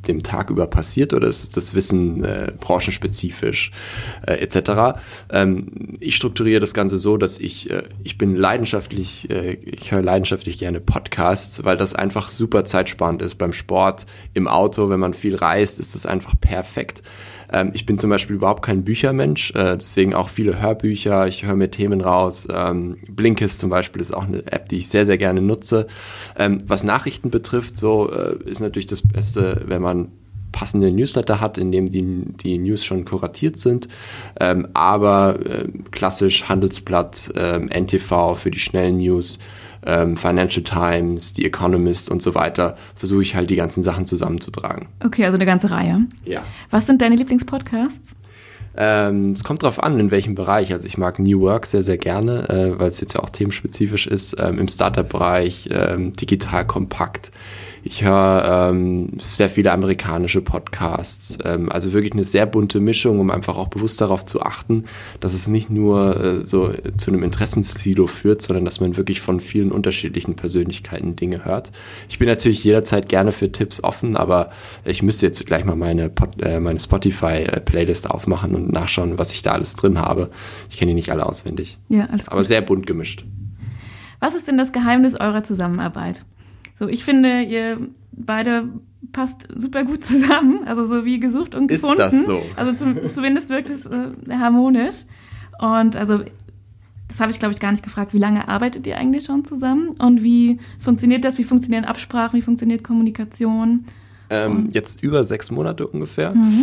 dem Tag über passiert oder ist das Wissen äh, branchenspezifisch äh, et cetera. Ähm, ich strukturiere das Ganze so, dass ich, äh, ich bin leidenschaftlich, äh, ich höre leidenschaftlich gerne Podcasts, weil das einfach super zeitsparend ist beim Sport, im Auto, wenn man viel reist, ist das einfach perfekt. Ähm, ich bin zum Beispiel überhaupt kein Büchermensch, äh, deswegen auch viele Hörbücher, ich höre mir Themen raus. Ähm, Blinkist zum Beispiel ist auch eine App, die ich sehr, sehr gerne nutze. Ähm, was Nachrichten betrifft, so äh, ist natürlich das Beste, wenn man passende Newsletter hat, in dem die, die News schon kuratiert sind, ähm, aber äh, klassisch Handelsblatt, ähm, N T V für die schnellen News, ähm, Financial Times, The Economist und so weiter, versuche ich halt die ganzen Sachen zusammenzutragen.
Okay, also eine ganze Reihe.
Ja.
Was sind deine Lieblingspodcasts?
Ähm, es kommt drauf an, in welchem Bereich. Also ich mag New Work sehr, sehr gerne, äh, weil es jetzt ja auch themenspezifisch ist, ähm, im Startup-Bereich, ähm, digital kompakt. Ich höre ähm, sehr viele amerikanische Podcasts, ähm, also wirklich eine sehr bunte Mischung, um einfach auch bewusst darauf zu achten, dass es nicht nur äh, so zu einem Interessenssilo führt, sondern dass man wirklich von vielen unterschiedlichen Persönlichkeiten Dinge hört. Ich bin natürlich jederzeit gerne für Tipps offen, aber ich müsste jetzt gleich mal meine, Pod, äh, meine Spotify-Playlist aufmachen und nachschauen, was ich da alles drin habe. Ich kenne die nicht alle auswendig.
Ja, alles gut.
Aber sehr bunt gemischt.
Was ist denn das Geheimnis eurer Zusammenarbeit? So, ich finde, ihr beide passt super gut zusammen, also so wie gesucht und gefunden.
Ist das so?
Also zum, zumindest wirkt es äh, harmonisch. Und also, das habe ich, glaube ich, gar nicht gefragt. Wie lange arbeitet ihr eigentlich schon zusammen? Und wie funktioniert das? Wie funktionieren Absprachen? Wie funktioniert Kommunikation?
Ähm, jetzt über sechs Monate ungefähr. Mhm.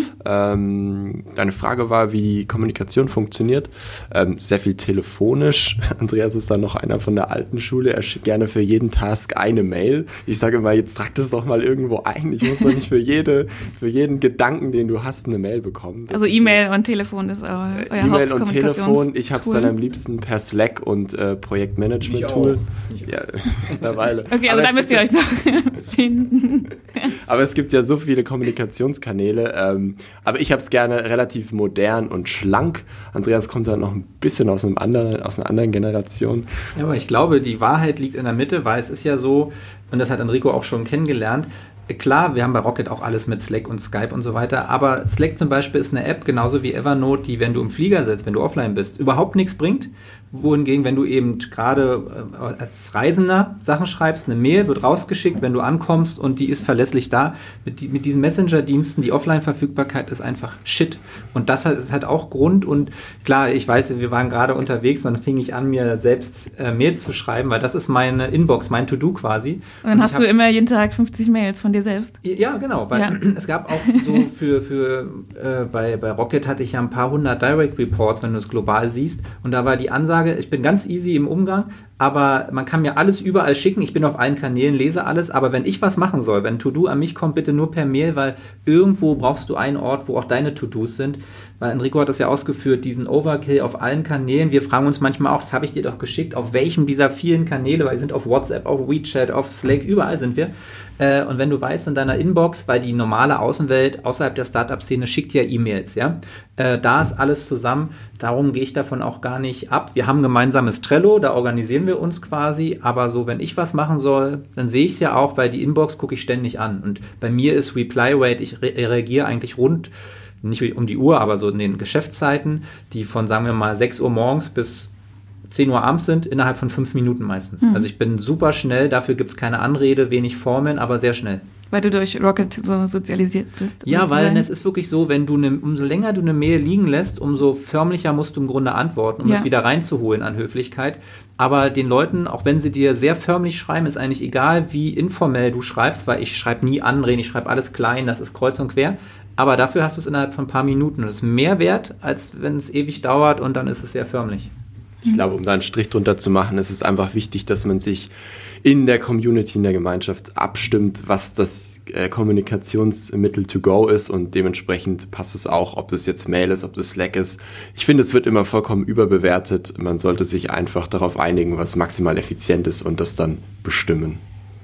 Ähm, deine Frage war, wie die Kommunikation funktioniert. Ähm, sehr viel telefonisch. Andreas ist dann noch einer von der alten Schule. Er schickt gerne für jeden Task eine Mail. Ich sage immer, jetzt trag das doch mal irgendwo ein. Ich muss doch nicht für jede, für jeden Gedanken, den du hast, eine Mail bekommen. Das
also E-Mail so, und Telefon ist euer, euer äh,
E-Mail und Telefon. Ich habe es dann am liebsten per Slack und äh, Projektmanagement-Tool. Ja, mittlerweile.
Okay, also da müsst ihr euch noch finden.
Aber es gibt ja so viele Kommunikationskanäle, ähm, aber ich habe es gerne relativ modern und schlank. Andreas kommt dann noch ein bisschen aus, einem anderen, aus einer anderen Generation.
Ja, aber ich glaube, die Wahrheit liegt in der Mitte, weil es ist ja so, und das hat Enrico auch schon kennengelernt, klar, wir haben bei Rocket auch alles mit Slack und Skype und so weiter, aber Slack zum Beispiel ist eine App, genauso wie Evernote, die, wenn du im Flieger sitzt, wenn du offline bist, überhaupt nichts bringt. Wohingegen, wenn du eben gerade äh, als Reisender Sachen schreibst, eine Mail wird rausgeschickt, wenn du ankommst und die ist verlässlich da. Mit, die, mit diesen Messenger-Diensten, die Offline-Verfügbarkeit ist einfach Shit. Und das hat, das hat auch Grund. Und klar, ich weiß, wir waren gerade unterwegs und dann fing ich an, mir selbst äh, Mails zu schreiben, weil das ist meine Inbox, mein To-Do quasi.
Und dann und hast hab, du immer jeden Tag fünfzig Mails von dir selbst?
Ja, genau. Weil ja. Es gab auch so für, für äh, bei, bei Rocket hatte ich ja ein paar hundert Direct Reports, wenn du es global siehst. Und da war die Ansage, ich bin ganz easy im Umgang, aber man kann mir alles überall schicken. Ich bin auf allen Kanälen, lese alles, aber wenn ich was machen soll, wenn To-Do an mich kommt, bitte nur per Mail, weil irgendwo brauchst du einen Ort, wo auch deine To-Dos sind. Weil Enrico hat das ja ausgeführt, diesen Overkill auf allen Kanälen. Wir fragen uns manchmal auch, das habe ich dir doch geschickt, auf welchem dieser vielen Kanäle, weil wir sind auf WhatsApp, auf WeChat, auf Slack, überall sind wir. Und wenn du weißt, in deiner Inbox, weil die normale Außenwelt außerhalb der Startup-Szene schickt ja E-Mails, ja, da ist alles zusammen. Darum gehe ich davon auch gar nicht ab. Wir haben ein gemeinsames Trello, da organisieren wir uns quasi, aber so, wenn ich was machen soll, dann sehe ich es ja auch, weil die Inbox gucke ich ständig an. Und bei mir ist Reply Rate, ich re- reagiere eigentlich rund, nicht um die Uhr, aber so in den Geschäftszeiten, die von, sagen wir mal, sechs Uhr morgens bis zehn Uhr abends sind, innerhalb von fünf Minuten meistens. Mhm. Also ich bin super schnell, dafür gibt es keine Anrede, wenig Formeln, aber sehr schnell.
Weil du durch Rocket so sozialisiert bist.
Ja, weil es ist wirklich so, wenn du ne, umso länger du eine Mail liegen lässt, umso förmlicher musst du im Grunde antworten, um ja. es wieder reinzuholen an Höflichkeit. Aber den Leuten, auch wenn sie dir sehr förmlich schreiben, ist eigentlich egal, wie informell du schreibst, weil ich schreibe nie anreden, ich schreibe alles klein, das ist kreuz und quer. Aber dafür hast du es innerhalb von ein paar Minuten. Und das ist mehr wert, als wenn es ewig dauert und dann ist es sehr förmlich.
Ich glaube, um da einen Strich drunter zu machen, ist es einfach wichtig, dass man sich in der Community, in der Gemeinschaft abstimmt, was das äh, Kommunikationsmittel to go ist und dementsprechend passt es auch, ob das jetzt Mail ist, ob das Slack ist. Ich finde, es wird immer vollkommen überbewertet. Man sollte sich einfach darauf einigen, was maximal effizient ist und das dann bestimmen.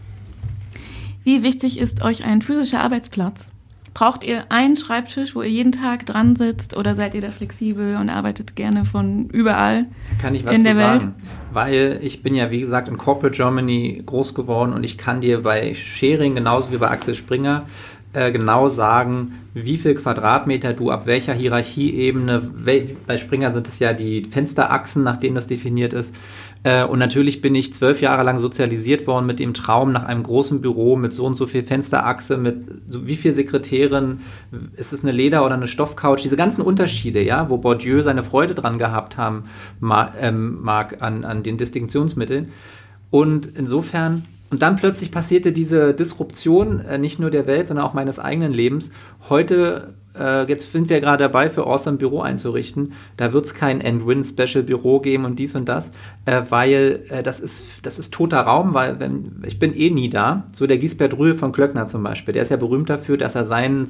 Wie wichtig ist euch ein physischer Arbeitsplatz? Braucht ihr einen Schreibtisch, wo ihr jeden Tag dran sitzt, oder seid ihr da flexibel und arbeitet gerne von überall
kann ich was
in der
zu
Welt?
Sagen, weil ich bin ja, wie gesagt, in Corporate Germany groß geworden und ich kann dir bei Sharing genauso wie bei Axel Springer äh, genau sagen, wie viel Quadratmeter du ab welcher Hierarchieebene, wel, bei Springer sind es ja die Fensterachsen, nach denen das definiert ist. Äh, und natürlich bin ich zwölf Jahre lang sozialisiert worden mit dem Traum nach einem großen Büro mit so und so viel Fensterachse, mit so wie viel Sekretärin, ist es eine Leder- oder eine Stoffcouch, diese ganzen Unterschiede, ja, wo Bourdieu seine Freude dran gehabt haben mag, ähm, mag an, an den Distinktionsmitteln. Und insofern, und dann plötzlich passierte diese Disruption, äh, nicht nur der Welt, sondern auch meines eigenen Lebens. Heute, äh, jetzt sind wir gerade dabei, für Awesome Büro einzurichten. Da wird es kein End-Win-Special-Büro geben und dies und das, äh, weil äh, das ist das ist toter Raum, weil wenn, ich bin eh nie da. So der Gisbert Rühl von Klöckner zum Beispiel, der ist ja berühmt dafür, dass er sein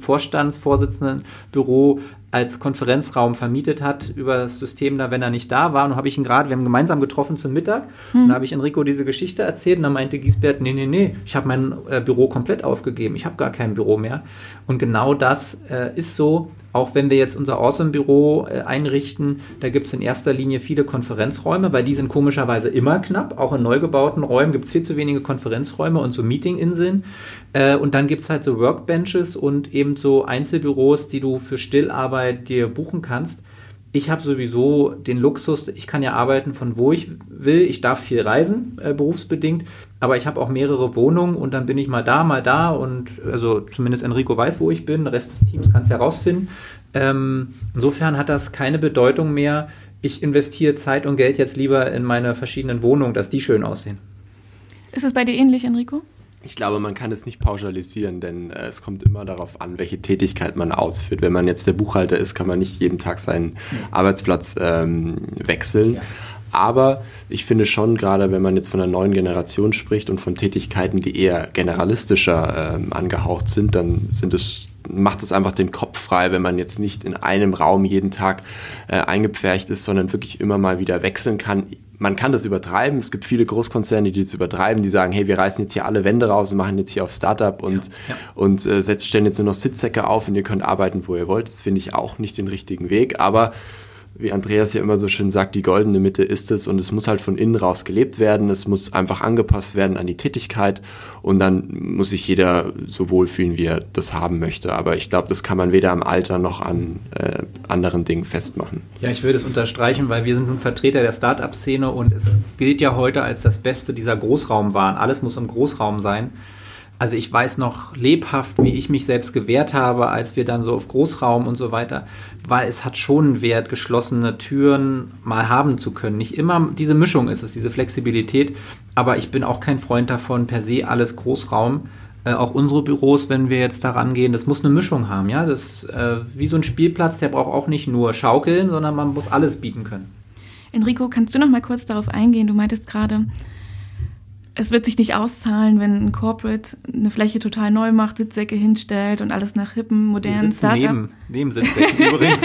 Vorstandsvorsitzendenbüro als Konferenzraum vermietet hat über das System da, wenn er nicht da war. Und habe ich ihn gerade, wir haben gemeinsam getroffen zum Mittag, hm. und da habe ich Enrico diese Geschichte erzählt und dann meinte Gisbert, nee, nee, nee, ich habe mein äh, Büro komplett aufgegeben, ich habe gar kein Büro mehr. Und genau das äh, ist so, auch wenn wir jetzt unser Awesome-Büro äh, einrichten, da gibt es in erster Linie viele Konferenzräume, weil die sind komischerweise immer knapp. Auch in neu gebauten Räumen gibt es viel zu wenige Konferenzräume und so Meetinginseln. Äh, und dann gibt es halt so Workbenches und eben so Einzelbüros, die du für Stillarbeit dir buchen kannst. Ich habe sowieso den Luxus, ich kann ja arbeiten von wo ich will, ich darf viel reisen, äh, berufsbedingt, aber ich habe auch mehrere Wohnungen und dann bin ich mal da, mal da und also zumindest Enrico weiß, wo ich bin, der Rest des Teams kann es ja rausfinden. Ähm, insofern hat das keine Bedeutung mehr. Ich investiere Zeit und Geld jetzt lieber in meine verschiedenen Wohnungen, dass die schön aussehen.
Ist es bei dir ähnlich, Enrico?
Ich glaube, man kann es nicht pauschalisieren, denn äh, es kommt immer darauf an, welche Tätigkeit man ausführt. Wenn man jetzt der Buchhalter ist, kann man nicht jeden Tag seinen ja. Arbeitsplatz ähm, wechseln. Ja. Aber ich finde schon, gerade wenn man jetzt von einer neuen Generation spricht und von Tätigkeiten, die eher generalistischer ähm, angehaucht sind, dann sind es macht es einfach den Kopf frei, wenn man jetzt nicht in einem Raum jeden Tag äh, eingepfercht ist, sondern wirklich immer mal wieder wechseln kann. Man kann das übertreiben. Es gibt viele Großkonzerne, die das übertreiben, die sagen, hey, wir reißen jetzt hier alle Wände raus und machen jetzt hier auf Startup und, ja, ja. und äh, setzen, stellen jetzt nur noch Sitzsäcke auf und ihr könnt arbeiten, wo ihr wollt. Das finde ich auch nicht den richtigen Weg. Aber wie Andreas ja immer so schön sagt, die goldene Mitte ist es und es muss halt von innen raus gelebt werden. Es muss einfach angepasst werden an die Tätigkeit und dann muss sich jeder so wohlfühlen, wie er das haben möchte. Aber ich glaube, das kann man weder am Alter noch an äh, anderen Dingen festmachen.
Ja, ich will das unterstreichen, weil wir sind nun Vertreter der Start-up-Szene und es gilt ja heute als das Beste dieser Großraumwahn. Alles muss im Großraum sein. Also ich weiß noch lebhaft, wie ich mich selbst gewehrt habe, als wir dann so auf Großraum und so weiter, weil es hat schon einen Wert, geschlossene Türen mal haben zu können. Nicht immer diese Mischung ist es, diese Flexibilität, aber ich bin auch kein Freund davon, per se alles Großraum. Äh, auch unsere Büros, wenn wir jetzt da rangehen, das muss eine Mischung haben. Ja, das äh, wie so ein Spielplatz, der braucht auch nicht nur Schaukeln, sondern man muss alles bieten können.
Enrico, kannst du noch mal kurz darauf eingehen? Du meintest gerade, es wird sich nicht auszahlen, wenn ein Corporate eine Fläche total neu macht, Sitzsäcke hinstellt und alles nach hippen, modernen Startup.
Neben, neben Sitzsäcken übrigens.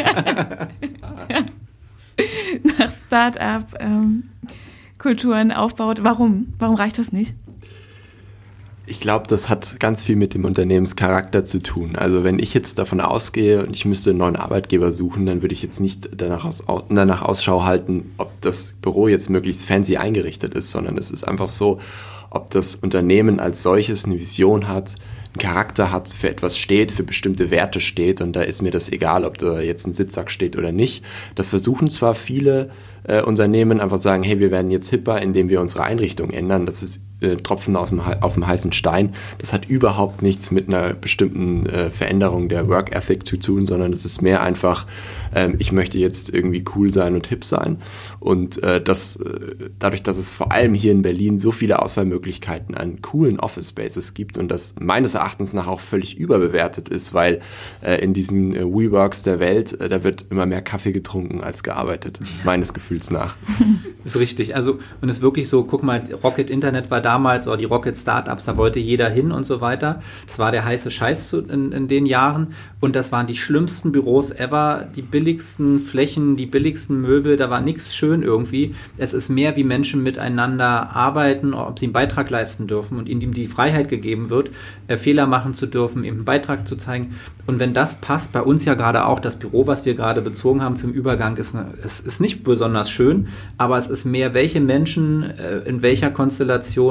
Nach Startup-Kulturen ähm, aufbaut. Warum? Warum reicht das nicht?
Ich glaube, das hat ganz viel mit dem Unternehmenscharakter zu tun. Also wenn ich jetzt davon ausgehe und ich müsste einen neuen Arbeitgeber suchen, dann würde ich jetzt nicht danach, aus, danach Ausschau halten, ob das Büro jetzt möglichst fancy eingerichtet ist, sondern es ist einfach so, ob das Unternehmen als solches eine Vision hat, einen Charakter hat, für etwas steht, für bestimmte Werte steht und da ist mir das egal, ob da jetzt ein Sitzsack steht oder nicht. Das versuchen zwar viele äh, Unternehmen einfach sagen, hey, wir werden jetzt hipper, indem wir unsere Einrichtung ändern. Das ist äh, Tropfen auf dem, auf dem heißen Stein. Das hat überhaupt nichts mit einer bestimmten äh, Veränderung der Work Ethic zu tun, sondern es ist mehr einfach, äh, ich möchte jetzt irgendwie cool sein und hip sein. Und äh, das, äh, dadurch, dass es vor allem hier in Berlin so viele Auswahlmöglichkeiten an coolen Office Spaces gibt und das meines Erachtens nach auch völlig überbewertet ist, weil äh, in diesen äh, WeWorks der Welt, äh, da wird immer mehr Kaffee getrunken als gearbeitet, ja. meines Gefühls nach.
Ist richtig. Also, und es ist wirklich so, guck mal, Rocket Internet war damals, oder die Rocket Startups, da wollte jeder hin und so weiter. Das war der heiße Scheiß in, in den Jahren. Und das waren die schlimmsten Büros ever, die billigsten Flächen, die billigsten Möbel, da war nichts schön irgendwie. Es ist mehr, wie Menschen miteinander arbeiten, ob sie einen Beitrag leisten dürfen und ihnen die Freiheit gegeben wird, äh, Fehler machen zu dürfen, eben einen Beitrag zu zeigen. Und wenn das passt, bei uns ja gerade auch, das Büro, was wir gerade bezogen haben für den Übergang, ist, eine, ist, ist nicht besonders schön, aber es ist mehr, welche Menschen äh, in welcher Konstellation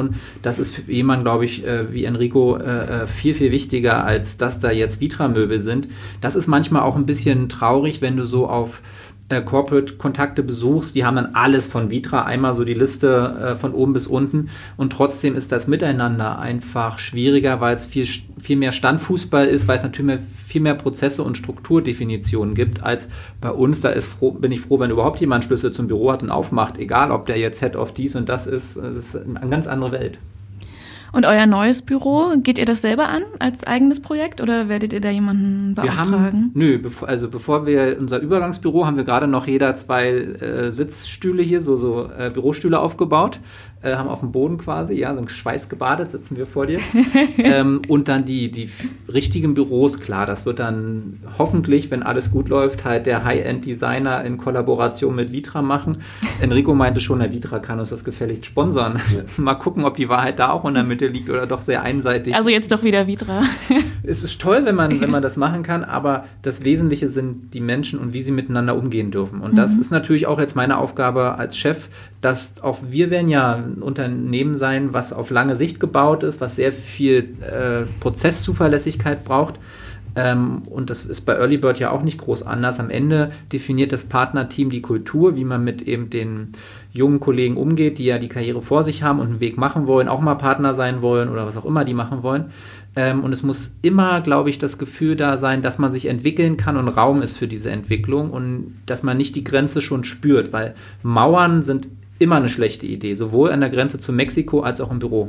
Kommunikation, das ist für jemanden, glaube ich, wie Enrico viel, viel wichtiger, als dass da jetzt Vitra-Möbel sind. Das ist manchmal auch ein bisschen traurig, wenn du so auf Corporate-Kontakte besuchst, die haben dann alles von Vitra, einmal so die Liste äh, von oben bis unten und trotzdem ist das Miteinander einfach schwieriger, weil es viel, viel mehr Standfußball ist, weil es natürlich mehr, viel mehr Prozesse und Strukturdefinitionen gibt, als bei uns. Da ist froh, bin ich froh, wenn überhaupt jemand Schlüssel zum Büro hat und aufmacht, egal ob der jetzt Head of dies und das ist, es ist eine ganz andere Welt.
Und euer neues Büro, geht ihr das selber an als eigenes Projekt oder werdet ihr da jemanden beauftragen?
Wir haben, nö, bevor, also bevor wir unser Übergangsbüro haben wir gerade noch jeder zwei äh, Sitzstühle hier, so, so äh, Bürostühle aufgebaut, äh, haben auf dem Boden quasi, ja, sind schweißgebadet, sitzen wir vor dir. ähm, und dann die, die richtigen Büros, klar, das wird dann hoffentlich, wenn alles gut läuft, halt der High-End-Designer in Kollaboration mit Vitra machen. Enrico meinte schon, der Vitra kann uns das gefälligst sponsern. Ja. Mal gucken, ob die Wahrheit da auch in der Mitte liegt oder doch sehr einseitig.
Also jetzt doch wieder Vitra.
Es ist toll, wenn man, wenn man das machen kann, aber das Wesentliche sind die Menschen und wie sie miteinander umgehen dürfen. Und mhm. das ist natürlich auch jetzt meine Aufgabe als Chef, dass auch wir werden ja ein Unternehmen sein, was auf lange Sicht gebaut ist, was sehr viel äh, Prozesszuverlässigkeit braucht. Ähm, und das ist bei Early Bird ja auch nicht groß anders. Am Ende definiert das Partnerteam die Kultur, wie man mit eben den jungen Kollegen umgeht, die ja die Karriere vor sich haben und einen Weg machen wollen, auch mal Partner sein wollen oder was auch immer die machen wollen. Ähm, und es muss immer, glaube ich, das Gefühl da sein, dass man sich entwickeln kann und Raum ist für diese Entwicklung und dass man nicht die Grenze schon spürt, weil Mauern sind immer eine schlechte Idee, sowohl an der Grenze zu Mexiko als auch im Büro.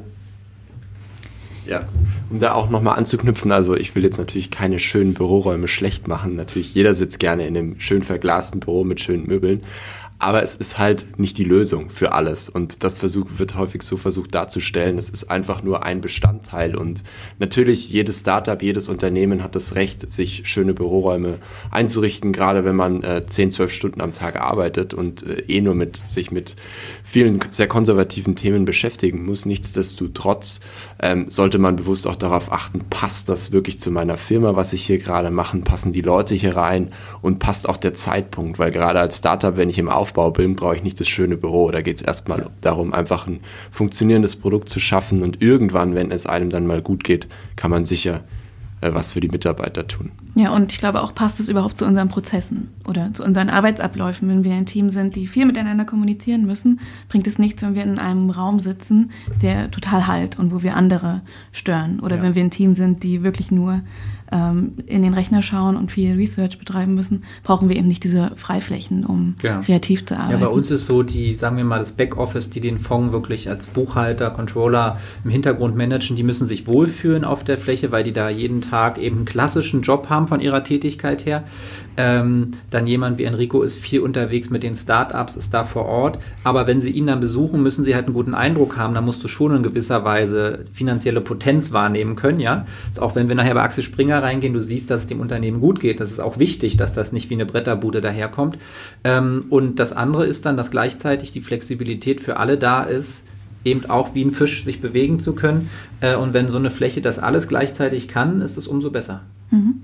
Ja, um da auch nochmal anzuknüpfen, also ich will jetzt natürlich keine schönen Büroräume schlecht machen. Natürlich, jeder sitzt gerne in einem schön verglasten Büro mit schönen Möbeln. Aber es ist halt nicht die Lösung für alles und das Versuch, wird häufig so versucht darzustellen. Es ist einfach nur ein Bestandteil und natürlich jedes Startup, jedes Unternehmen hat das Recht, sich schöne Büroräume einzurichten, gerade wenn man äh, zehn, zwölf Stunden am Tag arbeitet und äh, eh nur mit sich mit vielen sehr konservativen Themen beschäftigen muss. Nichtsdestotrotz ähm, sollte man bewusst auch darauf achten, passt das wirklich zu meiner Firma, was ich hier gerade mache, passen die Leute hier rein und passt auch der Zeitpunkt, weil gerade als Startup, wenn ich im Aufbau bin, brauche ich nicht das schöne Büro. Da geht es erstmal darum, einfach ein funktionierendes Produkt zu schaffen und irgendwann, wenn es einem dann mal gut geht, kann man sicher äh, was für die Mitarbeiter tun.
Ja, und ich glaube auch, passt es überhaupt zu unseren Prozessen oder zu unseren Arbeitsabläufen. Wenn wir ein Team sind, die viel miteinander kommunizieren müssen, bringt es nichts, wenn wir in einem Raum sitzen, der total halt und wo wir andere stören. Oder ja. wenn wir ein Team sind, die wirklich nur ähm, in den Rechner schauen und viel Research betreiben müssen, brauchen wir eben nicht diese Freiflächen, um ja. kreativ zu arbeiten.
Ja, bei uns ist so die, sagen wir mal, das Backoffice, die den Fonds wirklich als Buchhalter, Controller im Hintergrund managen, die müssen sich wohlfühlen auf der Fläche, weil die da jeden Tag eben einen klassischen Job haben von ihrer Tätigkeit her. Ähm, dann jemand wie Enrico ist viel unterwegs mit den Startups, ist da vor Ort. Aber wenn sie ihn dann besuchen, müssen sie halt einen guten Eindruck haben. Da musst du schon in gewisser Weise finanzielle Potenz wahrnehmen können. Ja, also auch wenn wir nachher bei Axel Springer reingehen, du siehst, dass es dem Unternehmen gut geht. Das ist auch wichtig, dass das nicht wie eine Bretterbude daherkommt. Ähm, und das andere ist dann, dass gleichzeitig die Flexibilität für alle da ist, eben auch wie ein Fisch sich bewegen zu können. Äh, und wenn so eine Fläche das alles gleichzeitig kann, ist es umso besser.
Mhm.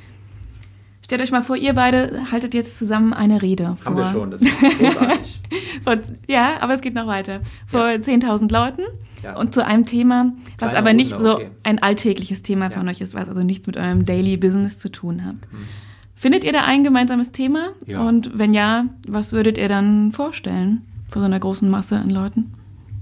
Stellt euch mal vor, ihr beide haltet jetzt zusammen eine Rede.
Haben wir schon, das ist großartig.
vor, ja, aber es geht noch weiter. Vor ja. zehntausend Leuten ja. und zu einem Thema, was
Kleiner
aber nicht
Runde,
so
okay.
ein alltägliches Thema von
ja.
euch ist, was also nichts mit eurem Daily Business zu tun hat. Hm. Findet ihr da ein gemeinsames Thema?
Ja.
Und wenn ja, was würdet ihr dann vorstellen vor so einer großen Masse an Leuten?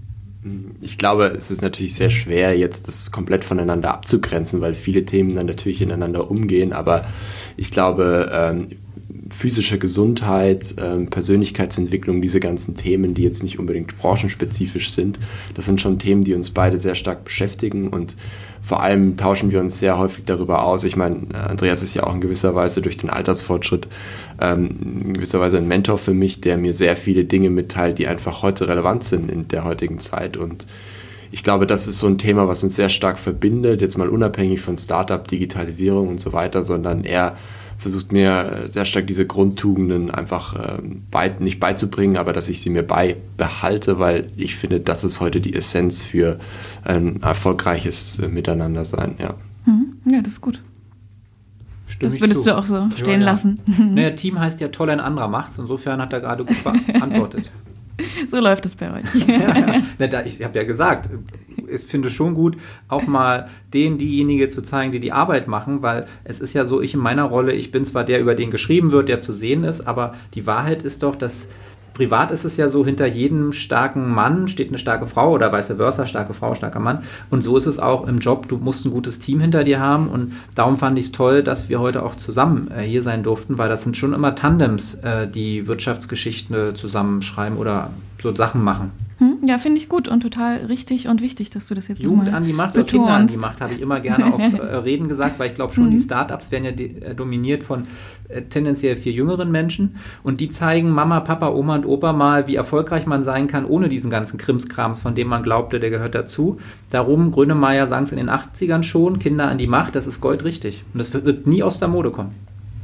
Ich glaube, es ist natürlich sehr schwer, jetzt das komplett voneinander abzugrenzen, weil viele Themen dann natürlich ineinander umgehen. Aber ich glaube, ähm, physische Gesundheit, ähm, Persönlichkeitsentwicklung, diese ganzen Themen, die jetzt nicht unbedingt branchenspezifisch sind, das sind schon Themen, die uns beide sehr stark beschäftigen und vor allem tauschen wir uns sehr häufig darüber aus. Ich meine, Andreas ist ja auch in gewisser Weise durch den Altersfortschritt ähm, in gewisser Weise ein Mentor für mich, der mir sehr viele Dinge mitteilt, die einfach heute relevant sind in der heutigen Zeit. Und ich glaube, das ist so ein Thema, was uns sehr stark verbindet, jetzt mal unabhängig von Startup, Digitalisierung und so weiter, sondern er versucht mir sehr stark diese Grundtugenden einfach ähm, bei, nicht beizubringen, aber dass ich sie mir beibehalte, weil ich finde, das ist heute die Essenz für ein erfolgreiches äh, Miteinandersein. Ja.
Mhm. Ja, das ist gut.
Stimme
das würdest
zu.
du auch so stehen
ja, ja.
lassen.
Naja, Team heißt ja toll, ein anderer macht's. Insofern hat er gerade gut beantwortet.
So läuft es bei euch.
Ja, ja. Ich habe ja gesagt, ich finde es schon gut, auch mal denen, diejenige zu zeigen, die die Arbeit machen, weil es ist ja so, ich in meiner Rolle, ich bin zwar der, über den geschrieben wird, der zu sehen ist, aber die Wahrheit ist doch, dass privat ist es ja so, hinter jedem starken Mann steht eine starke Frau oder vice versa, starke Frau, starker Mann. Und so ist es auch im Job. Du musst ein gutes Team hinter dir haben und darum fand ich es toll, dass wir heute auch zusammen äh, hier sein durften, weil das sind schon immer Tandems, äh, die Wirtschaftsgeschichten äh, zusammenschreiben oder so Sachen machen.
Ja, finde ich gut und total richtig und wichtig, dass du das jetzt
Jugend
nochmal
an die Macht oder Kinder an die Macht, habe ich immer gerne auf äh, Reden gesagt, weil ich glaube schon, die Startups werden ja de- äh, dominiert von äh, tendenziell viel jüngeren Menschen und die zeigen Mama, Papa, Oma und Opa mal, wie erfolgreich man sein kann, ohne diesen ganzen Krimskrams, von dem man glaubte, der gehört dazu. Darum, Grönemeyer sang es in den achtzigern schon, Kinder an die Macht, das ist goldrichtig und das wird, wird nie aus der Mode kommen.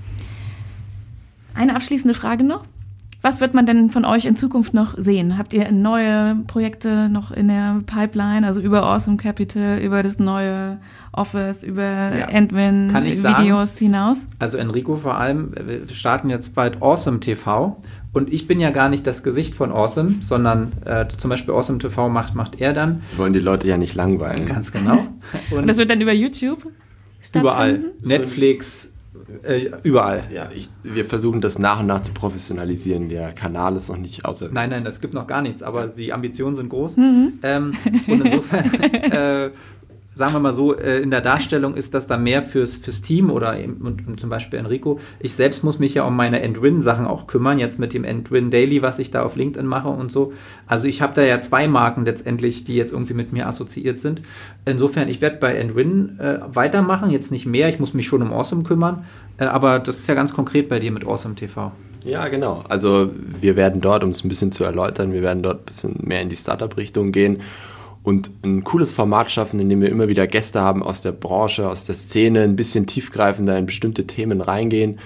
Eine abschließende Frage noch. Was wird man denn von euch in Zukunft noch sehen? Habt ihr neue Projekte noch in der Pipeline, also über Awesome Capital, über das neue Office, über
Ja.
Endwin-Videos hinaus?
Also Enrico vor allem, wir starten jetzt bald Awesome T V und ich bin ja gar nicht das Gesicht von Awesome, sondern äh, zum Beispiel Awesome T V macht, macht er dann.
Wir wollen die Leute ja nicht langweilen.
Ganz genau.
Und, Und das wird dann über YouTube stattfinden?
Überall. Netflix, äh, überall.
Ja, ich, wir versuchen das nach und nach zu professionalisieren. Der Kanal ist noch nicht außer.
Nein, nein, das gibt noch gar nichts, aber die Ambitionen sind groß.
Mhm.
Ähm, und insofern, äh, sagen wir mal so, äh, in der Darstellung ist das da mehr fürs, fürs Team oder eben, und, und zum Beispiel Enrico. Ich selbst muss mich ja um meine Endwin-Sachen auch kümmern, jetzt mit dem Endwin Daily, was ich da auf LinkedIn mache und so. Also ich habe da ja zwei Marken letztendlich, die jetzt irgendwie mit mir assoziiert sind. Insofern, ich werde bei Endwin äh, weitermachen, jetzt nicht mehr, ich muss mich schon um Awesome kümmern, äh, aber das ist ja ganz konkret bei dir mit Awesome T V.
Ja, genau. Also wir werden dort, um es ein bisschen zu erläutern, wir werden dort ein bisschen mehr in die Startup-Richtung gehen und ein cooles Format schaffen, in dem wir immer wieder Gäste haben aus der Branche, aus der Szene, ein bisschen tiefgreifender in bestimmte Themen reingehen,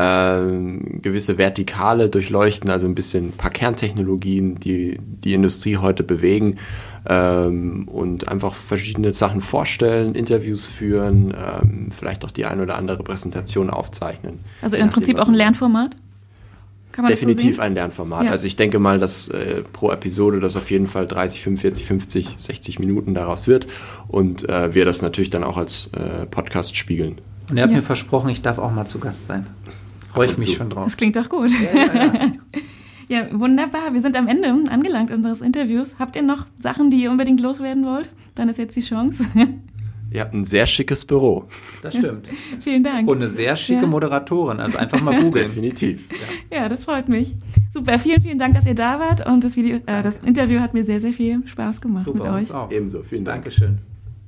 ähm, gewisse Vertikale durchleuchten, also ein bisschen ein paar Kerntechnologien, die die Industrie heute bewegen, ähm, und einfach verschiedene Sachen vorstellen, Interviews führen, ähm, vielleicht auch die ein oder andere Präsentation aufzeichnen.
Also im Prinzip auch ein Lernformat? Kann man
Definitiv
das so
ein Lernformat.
Ja.
Also ich denke mal, dass äh, pro Episode das auf jeden Fall dreißig, fünfundvierzig, fünfzig, sechzig Minuten daraus wird und äh, wir das natürlich dann auch als äh, Podcast spiegeln.
Und er hat
Ja.
mir versprochen, ich darf auch mal zu Gast sein. Freue ich
Ab und
mich
zu.
schon drauf.
Das klingt doch gut.
Ja, ja, ja.
Ja, wunderbar. Wir sind am Ende angelangt unseres Interviews. Habt ihr noch Sachen, die ihr unbedingt loswerden wollt? Dann ist jetzt die Chance.
Ihr habt ein sehr schickes Büro.
Das stimmt.
Vielen Dank.
Und eine sehr schicke
Ja.
Moderatorin, also einfach mal googeln.
Definitiv. Ja.
Ja, das freut mich. Super, vielen, vielen Dank, dass ihr da wart. Und das, Video, äh, das Interview hat mir sehr, sehr viel Spaß gemacht
Super,
mit euch.
uns auch.
Ebenso, vielen Dank.
Dankeschön.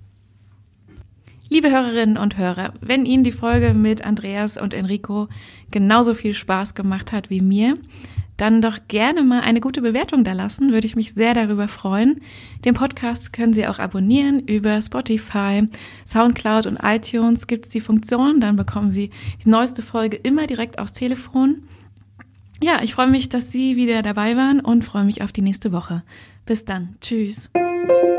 Liebe Hörerinnen und Hörer, wenn Ihnen die Folge mit Andreas und Enrico genauso viel Spaß gemacht hat wie mir, dann doch gerne mal eine gute Bewertung da lassen, würde ich mich sehr darüber freuen. Den Podcast können Sie auch abonnieren über Spotify, Soundcloud und iTunes gibt es die Funktion, dann bekommen Sie die neueste Folge immer direkt aufs Telefon. Ja, ich freue mich, dass Sie wieder dabei waren und freue mich auf die nächste Woche. Bis dann. Tschüss.